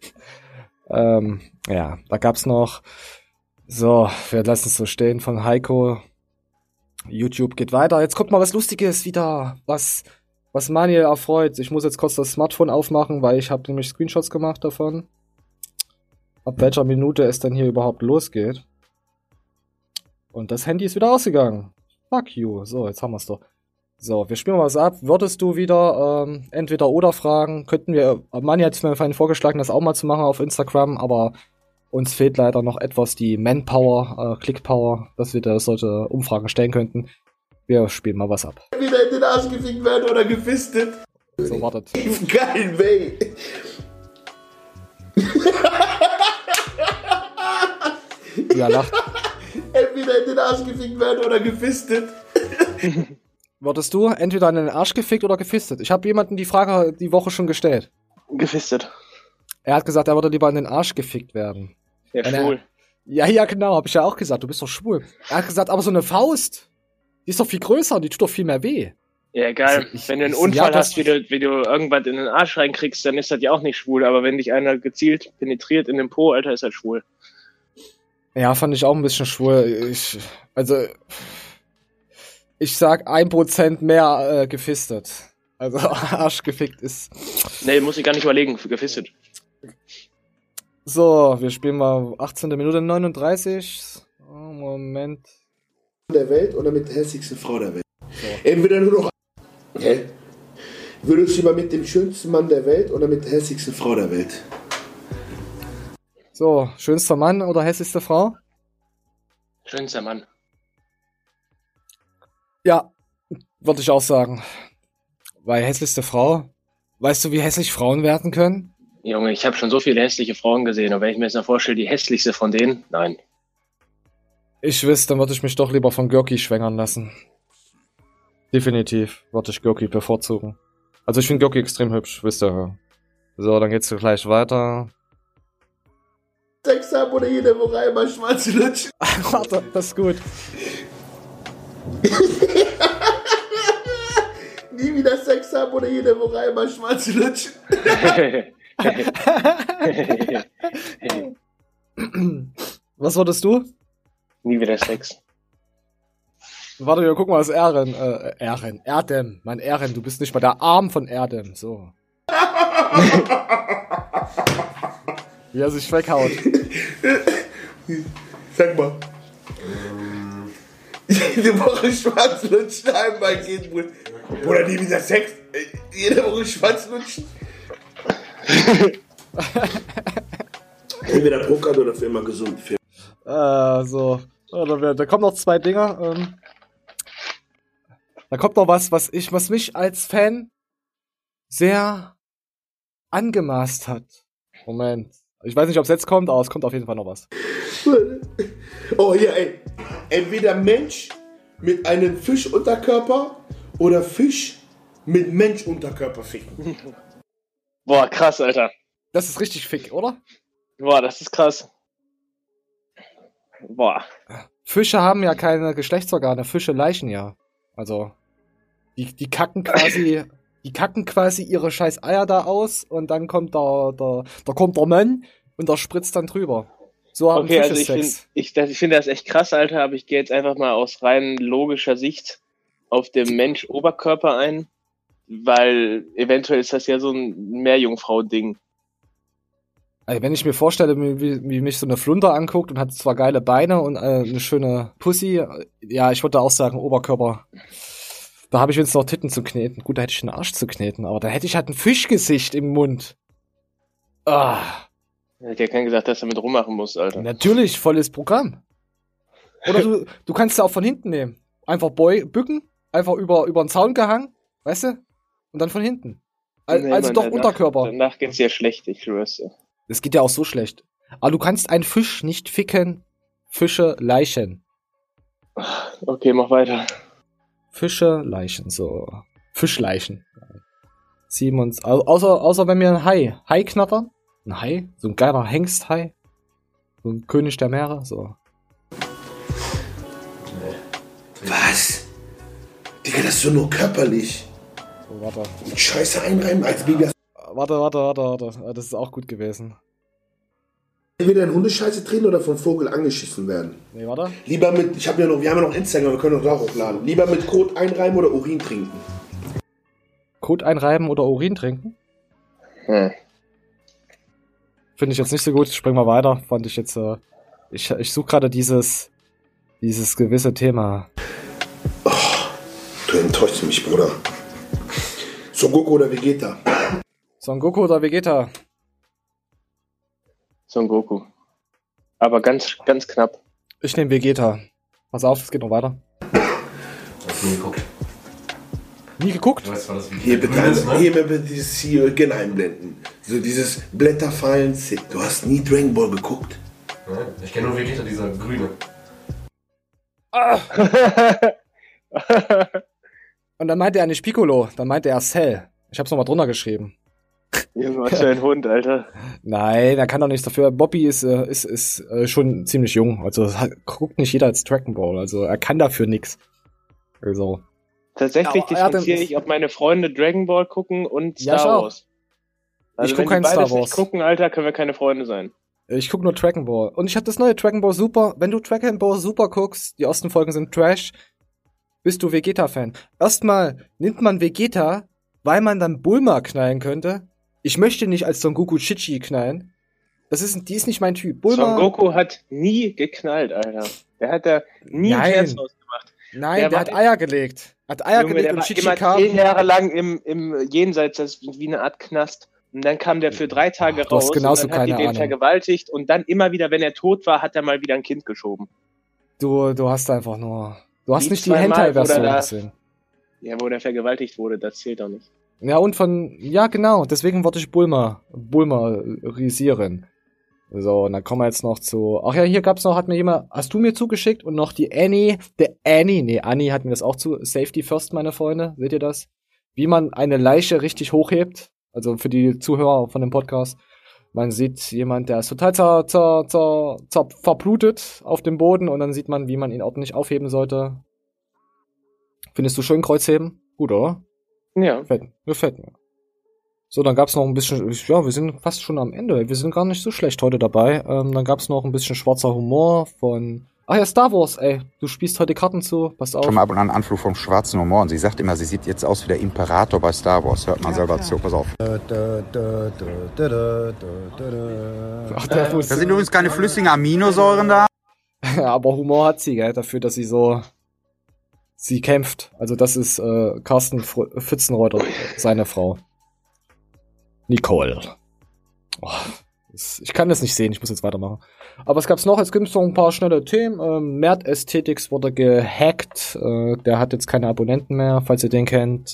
Ja, da gab's noch. So, wir lassen es so stehen von Heiko. YouTube geht weiter. Jetzt kommt mal was Lustiges wieder. Was Manuel erfreut. Ich muss jetzt kurz das Smartphone aufmachen, weil ich habe nämlich Screenshots gemacht davon. Ab welcher Minute es denn hier überhaupt losgeht. Und das Handy ist wieder ausgegangen. Fuck you. So, jetzt haben wir's doch. So, wir spielen mal was ab. Würdest du wieder entweder oder fragen? Könnten wir, Manni hat mir vorhin vorgeschlagen, das auch mal zu machen auf Instagram, aber uns fehlt leider noch etwas die Manpower, Clickpower, dass wir da solche Umfragen stellen könnten. Wir spielen mal was ab.
Wieder in den Arsch gefickt werden oder gefistet.
So, wartet.
Geil, Way.
Ja, lacht.
Entweder in den Arsch gefickt werden oder gefistet.
Wurdest du entweder in den Arsch gefickt oder gefistet? Ich habe jemanden die Frage die Woche schon gestellt.
Gefistet.
Er hat gesagt, er würde lieber in den Arsch gefickt werden.
Ja, schwul.
Ja, genau, hab ich ja auch gesagt. Du bist doch schwul. Er hat gesagt, aber so eine Faust, die ist doch viel größer und die tut doch viel mehr weh.
Ja, egal. Wenn du einen Unfall hast, wie du irgendwas in den Arsch reinkriegst, dann ist das ja auch nicht schwul. Aber wenn dich einer gezielt penetriert in den Po, Alter, ist das schwul.
Ja, fand ich auch ein bisschen schwul. Ich sag 1% mehr gefistet. Also Arsch gefickt ist...
Nee, muss ich gar nicht überlegen, für gefistet.
So, wir spielen mal 18. Minute 39. Oh, Moment.
Der Welt oder mit der hässlichsten Frau der Welt? So. Entweder nur noch... Hä? Würdest du lieber mit dem schönsten Mann der Welt oder mit der hässlichsten Frau der Welt?
So, schönster Mann oder hässlichste Frau?
Schönster Mann.
Ja, würde ich auch sagen. Weil hässlichste Frau, weißt du, wie hässlich Frauen werden können?
Junge, ich habe schon so viele hässliche Frauen gesehen, und wenn ich mir jetzt noch vorstelle, die hässlichste von denen, nein.
Ich wüsste, dann würde ich mich doch lieber von Görki schwängern lassen. Definitiv würde ich Görki bevorzugen. Also ich finde Görki extrem hübsch, wisst ihr. So, dann geht's gleich weiter.
Sex haben oder jede Woche einmal Schwanz lutschen.
Warte, das ist gut.
Nie wieder Sex haben oder jede Woche einmal Schwanz lutschen.
Was wolltest du?
Nie wieder Sex.
Warte, wir gucken mal, was Erdem. Mein Ehren, du bist nicht mal der Arm von Erdem. So. Wie er sich weghaut.
Sag mal. Jede Woche Schwanz lutschen, einmal gehen. Oder nie wieder Sex. Jede Woche Schwanz lutschen. Entweder Druckert oder für immer gesund.
So. Da kommen noch zwei Dinger. Da kommt noch was mich als Fan sehr angemaßt hat. Moment. Ich weiß nicht, ob es jetzt kommt, aber es kommt auf jeden Fall noch was.
Oh ja, ey. Entweder Mensch mit einem Fischunterkörper oder Fisch mit Menschunterkörper ficken.
Boah, krass, Alter.
Das ist richtig fick, oder?
Boah, das ist krass. Boah.
Fische haben ja keine Geschlechtsorgane, Fische laichen ja. Also, die kacken quasi, ihre scheiß Eier da aus und dann kommt da kommt der Mann und der spritzt dann drüber. So haben Fische Sex.
Ich finde das echt krass, Alter, aber ich gehe jetzt einfach mal aus rein logischer Sicht auf den Mensch-Oberkörper ein, weil eventuell ist das ja so ein Meerjungfrau-Ding.
Also wenn ich mir vorstelle, wie mich so eine Flunder anguckt und hat zwar geile Beine und eine schöne Pussy, ja, ich würde auch sagen Oberkörper. Da habe ich jetzt noch Titten zu kneten. Gut, da hätte ich einen Arsch zu kneten, aber da hätte ich halt ein Fischgesicht im Mund. Ah.
Hat ja keiner gesagt, dass er mit rummachen muss, Alter.
Natürlich, volles Programm. Oder du kannst ja auch von hinten nehmen. Einfach bücken, einfach über den Zaun gehangen, weißt du? Und dann von hinten. Also doch Unterkörper.
Danach geht's ja schlecht, ich schwör's dir.
Das geht ja auch so schlecht. Aber du kannst einen Fisch nicht ficken. Fische laichen.
Okay, mach weiter.
Fische laichen, so. Fischleichen. Außer wenn wir ein Hai knattern. Ein Hai? So ein geiler Hengsthai. So ein König der Meere, so.
Was? Digga, das ist doch nur körperlich.
So, warte.
Und Scheiße einreiben als Baby.
Warte. Das ist auch gut gewesen.
Entweder in Hundescheiße treten oder vom Vogel angeschissen werden.
Nee, warte.
Lieber mit, wir haben ja noch Instagram, wir können doch da hochladen. Lieber mit Kot einreiben oder Urin trinken.
Kot einreiben oder Urin trinken? Finde ich jetzt nicht so gut. Springen wir weiter. Fand ich jetzt, ich suche gerade dieses gewisse Thema.
Oh, du enttäuschst mich, Bruder. Son Goku oder Vegeta?
Son Goku oder Vegeta?
Son Goku. Aber ganz, ganz knapp.
Ich nehme Vegeta. Pass auf, es geht noch weiter.
Hast du nie geguckt?
Nie geguckt?
Du weißt, was das hier bitte dieses Ciel einblenden. So dieses Blätterfallen. Du hast nie Dragon Ball geguckt?
Nein, ich kenne nur Vegeta, dieser grüne.
Und dann meinte er nicht Piccolo, dann meinte er Cell. Ich hab's nochmal drunter geschrieben.
Junge, was für ein Hund, Alter.
Nein, er kann doch nichts dafür. Bobby ist schon ziemlich jung. Also guckt nicht jeder als Dragon Ball. Also er kann dafür nix. Also.
Tatsächlich differenziere ich, ob meine Freunde Dragon Ball gucken und Star Wars. Also
ich gucke kein Star Wars.
Nicht gucken, Alter, können wir keine Freunde sein.
Ich gucke nur Dragon Ball. Und ich habe das neue Dragon Ball Super. Wenn du Dragon Ball Super guckst, die ersten Folgen sind Trash, bist du Vegeta-Fan. Erstmal nimmt man Vegeta, weil man dann Bulma knallen könnte. Ich möchte nicht als Son Goku Chichi knallen. Die ist nicht mein Typ.
Bulma. Son Goku hat nie geknallt, Alter. Der hat da nie ein Herz ausgemacht.
Nein, der hat Eier gelegt. Hat Eier gelegt und Chichi kam.
10 Jahre lang im Jenseits, das ist wie eine Art Knast. Und dann kam der für 3 Tage raus und dann hat die den vergewaltigt und dann immer wieder, wenn er tot war, hat er mal wieder ein Kind geschoben.
Du hast einfach nur... Du hast nicht die Hentai-Version gesehen.
Ja, wo der vergewaltigt wurde, das zählt doch nicht.
Ja, und ja genau, deswegen wollte ich Bulma-risieren. So, und dann kommen wir jetzt noch zu... Ach ja, hier gab's noch, hast du mir zugeschickt und noch die Annie hat mir das auch zu. Safety First, meine Freunde, seht ihr das? Wie man eine Leiche richtig hochhebt. Also für die Zuhörer von dem Podcast. Man sieht jemand, der ist total verblutet auf dem Boden und dann sieht man, wie man ihn ordentlich aufheben sollte. Findest du schön Kreuzheben? Gut, oder?
Ja.
Gefällt mir. So, dann gab's noch ein bisschen, ja, wir sind fast schon am Ende. Wir sind gar nicht so schlecht heute dabei. Dann gab's noch ein bisschen schwarzer Humor von... Ach ja, Star Wars, ey. Du spielst heute Karten zu, pass auf.
Schon mal ab und an einen Anflug vom schwarzen Humor. Und sie sagt immer, sie sieht jetzt aus wie der Imperator bei Star Wars. Hört man selber zu, pass auf.
Ach,
da sind übrigens keine flüssigen Aminosäuren da.
Aber Humor hat sie, gell, dafür, dass sie kämpft. Also das ist Carsten Pfützenreuter, seine Frau. Nicole. Oh, ich kann das nicht sehen, ich muss jetzt weitermachen. Aber es gab's noch, jetzt gibt's noch ein paar schnelle Themen. Mert Aesthetics wurde gehackt. Der hat jetzt keine Abonnenten mehr, falls ihr den kennt.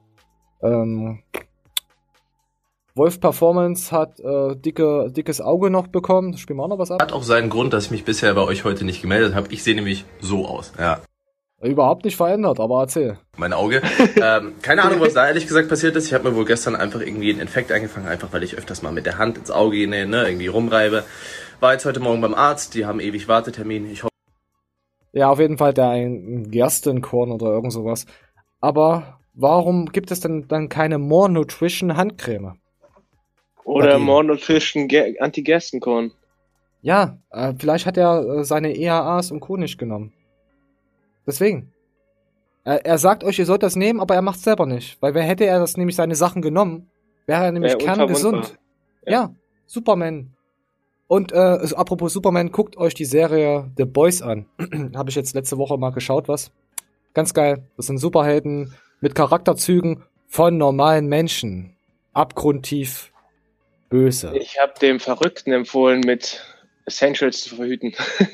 Wolf Performance hat dickes Auge noch bekommen. Spielen wir auch noch was ab?
Hat auch seinen Grund, dass ich mich bisher bei euch heute nicht gemeldet habe. Ich sehe nämlich so aus. Ja.
Überhaupt nicht verändert, aber erzähl.
Mein Auge. Keine Ahnung, was da ehrlich gesagt passiert ist. Ich habe mir wohl gestern einfach irgendwie einen Infekt angefangen, einfach weil ich öfters mal mit der Hand ins Auge gehe, ne, irgendwie rumreibe. War jetzt heute Morgen beim Arzt, die haben ewig Wartetermin. Ich hoffe.
Ja, auf jeden Fall ein Gerstenkorn oder irgend sowas. Aber warum gibt es denn dann keine More Nutrition Handcreme?
Oder
dagegen?
More Nutrition Anti-Gerstenkorn.
Ja, vielleicht hat er seine EAAs und Co. nicht genommen. Deswegen. Er sagt euch, ihr sollt das nehmen, aber er macht's selber nicht. Weil hätte er das nämlich seine Sachen genommen, wäre er nämlich kerngesund. Ja, Superman. Und apropos Superman, guckt euch die Serie The Boys an. Habe ich jetzt letzte Woche mal geschaut, was. Ganz geil. Das sind Superhelden mit Charakterzügen von normalen Menschen. Abgrundtief böse.
Ich habe dem Verrückten empfohlen, mit Essentials zu verhüten.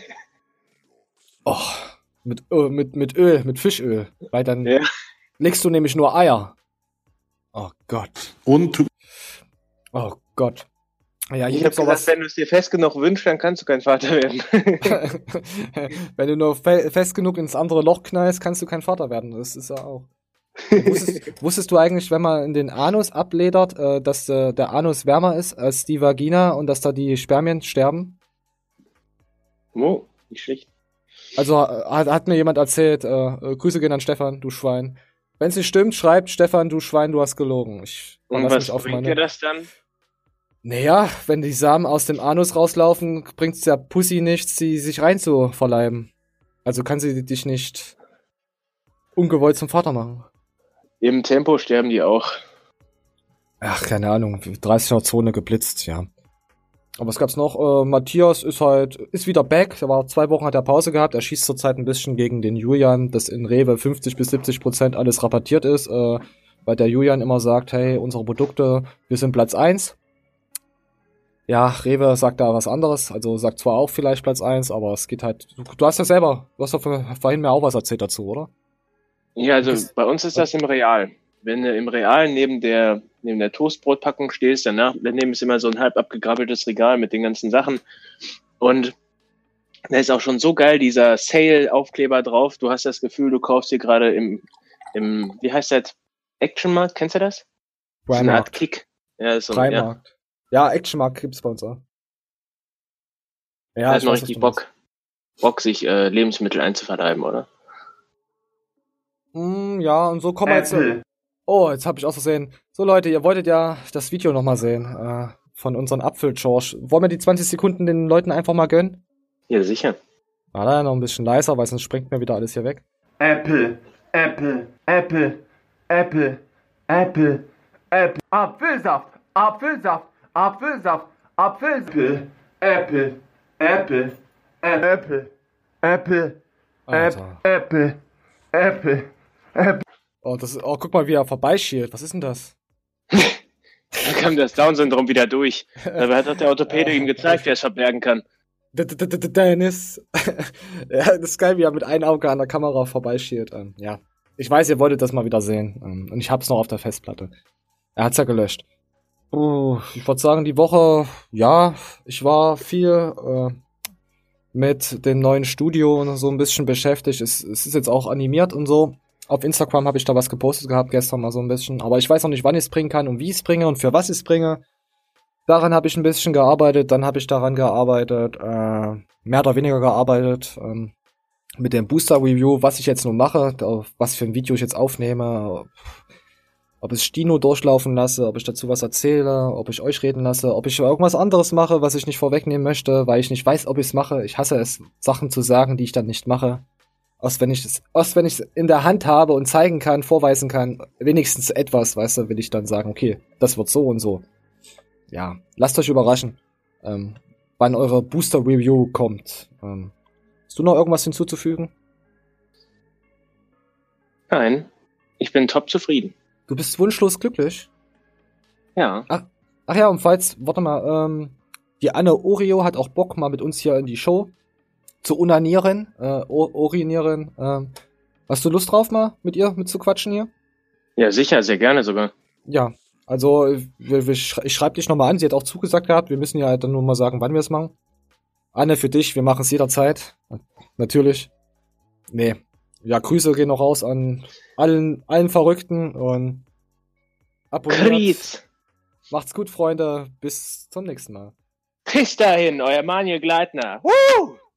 Mit Öl, mit Fischöl. Weil dann legst du nämlich nur Eier. Oh Gott. Oh Gott. Ja,
ich habe gesagt, wenn du es dir fest genug wünschst, dann kannst du kein Vater werden.
Wenn du nur fest genug ins andere Loch knallst, kannst du kein Vater werden. Das ist ja auch. Wusstest du eigentlich, wenn man in den Anus abledert, dass der Anus wärmer ist als die Vagina und dass da die Spermien sterben?
Oh, nicht schlecht.
Also hat mir jemand erzählt, Grüße gehen an Stefan, du Schwein. Wenn es nicht stimmt, schreibt Stefan, du Schwein, du hast gelogen.
Und was bringt dir das dann?
Naja, wenn die Samen aus dem Anus rauslaufen, bringt es der Pussy nichts, sie sich rein zu verleiben. Also kann sie dich nicht ungewollt zum Vater machen.
Im Tempo sterben die auch.
Ach, keine Ahnung, 30er Zone geblitzt, ja. Aber was gab's noch? Matthias ist wieder back. Der war 2 Wochen, hat er Pause gehabt. Er schießt zurzeit ein bisschen gegen den Julian, dass in Rewe 50-70% alles rabattiert ist, weil der Julian immer sagt, hey, unsere Produkte, wir sind Platz 1. Ja, Rewe sagt da was anderes, also sagt zwar auch vielleicht Platz 1, aber es geht halt, du hast ja selber, du hast doch vorhin mir auch was erzählt dazu, oder?
Ja, also bei uns ist das im Real. Wenn du im Real neben der Toastbrotpackung stehst, daneben ist immer so ein halb abgegrabbeltes Regal mit den ganzen Sachen. Und da ist auch schon so geil dieser Sale-Aufkleber drauf. Du hast das Gefühl, du kaufst dir gerade im wie heißt das? Actionmarkt, kennst du das? Das ist eine Art Kick. Ja, ist so
Primarkt. Ja, Actionmarkt gibt's bei uns auch. Ja,
da ist noch richtig Bock, sich Lebensmittel einzuverleiben, oder?
Ja, und so kommen wir jetzt. Oh, jetzt habe ich aus Versehen. So Leute, ihr wolltet ja das Video nochmal sehen von unseren Apfel-George. Wollen wir die 20 Sekunden den Leuten einfach mal gönnen?
Ja, sicher.
Da noch ein bisschen leiser, weil sonst springt mir wieder alles hier weg.
Apple. Apfelsaft. Apple.
Oh, guck mal, wie er vorbeischielt. Was ist denn das?
Da kam das Down-Syndrom wieder durch. Dabei hat doch der Orthopäde ihm gezeigt, wie er es verbergen kann.
Dennis. Ja, das ist geil, wie er mit einem Auge an der Kamera vorbeischielt. Ja, ich weiß, ihr wolltet das mal wieder sehen. Und ich hab's noch auf der Festplatte. Er hat's ja gelöscht. Ich würde sagen, die Woche, ja, ich war viel mit dem neuen Studio und so ein bisschen beschäftigt. Es ist jetzt auch animiert und so. Auf Instagram habe ich da was gepostet gehabt, gestern mal so ein bisschen. Aber ich weiß noch nicht, wann ich es bringen kann und wie ich es bringe und für was ich es bringe. Daran habe ich ein bisschen gearbeitet. Dann habe ich daran gearbeitet, mehr oder weniger gearbeitet, mit dem Booster-Review, was ich jetzt nun mache, was für ein Video ich jetzt aufnehme, ob ich Stino durchlaufen lasse, ob ich dazu was erzähle, ob ich euch reden lasse, ob ich irgendwas anderes mache, was ich nicht vorwegnehmen möchte, weil ich nicht weiß, ob ich es mache. Ich hasse es, Sachen zu sagen, die ich dann nicht mache. Erst wenn ich es in der Hand habe und zeigen kann, vorweisen kann, wenigstens etwas, weißt du, will ich dann sagen, okay, das wird so und so. Ja, lasst euch überraschen, wann eure Booster-Review kommt. Hast du noch irgendwas hinzuzufügen?
Nein, ich bin top zufrieden.
Du bist wunschlos glücklich?
Ja.
Ach ja, und warte mal, die Anne Oreo hat auch Bock, mal mit uns hier in die Show zu urinieren. Hast du Lust drauf, mal mit ihr mitzuquatschen hier?
Ja, sicher, sehr gerne sogar.
Ja, also ich schreibe dich nochmal an, sie hat auch zugesagt gehabt, wir müssen ja halt dann nur mal sagen, wann wir es machen. Anne, für dich, wir machen es jederzeit. Natürlich. Nee, ja, Grüße gehen noch raus an allen Verrückten und abonniert.
Kriez.
Macht's gut, Freunde. Bis zum nächsten Mal.
Bis dahin, euer Manuel Gleitner. Woo!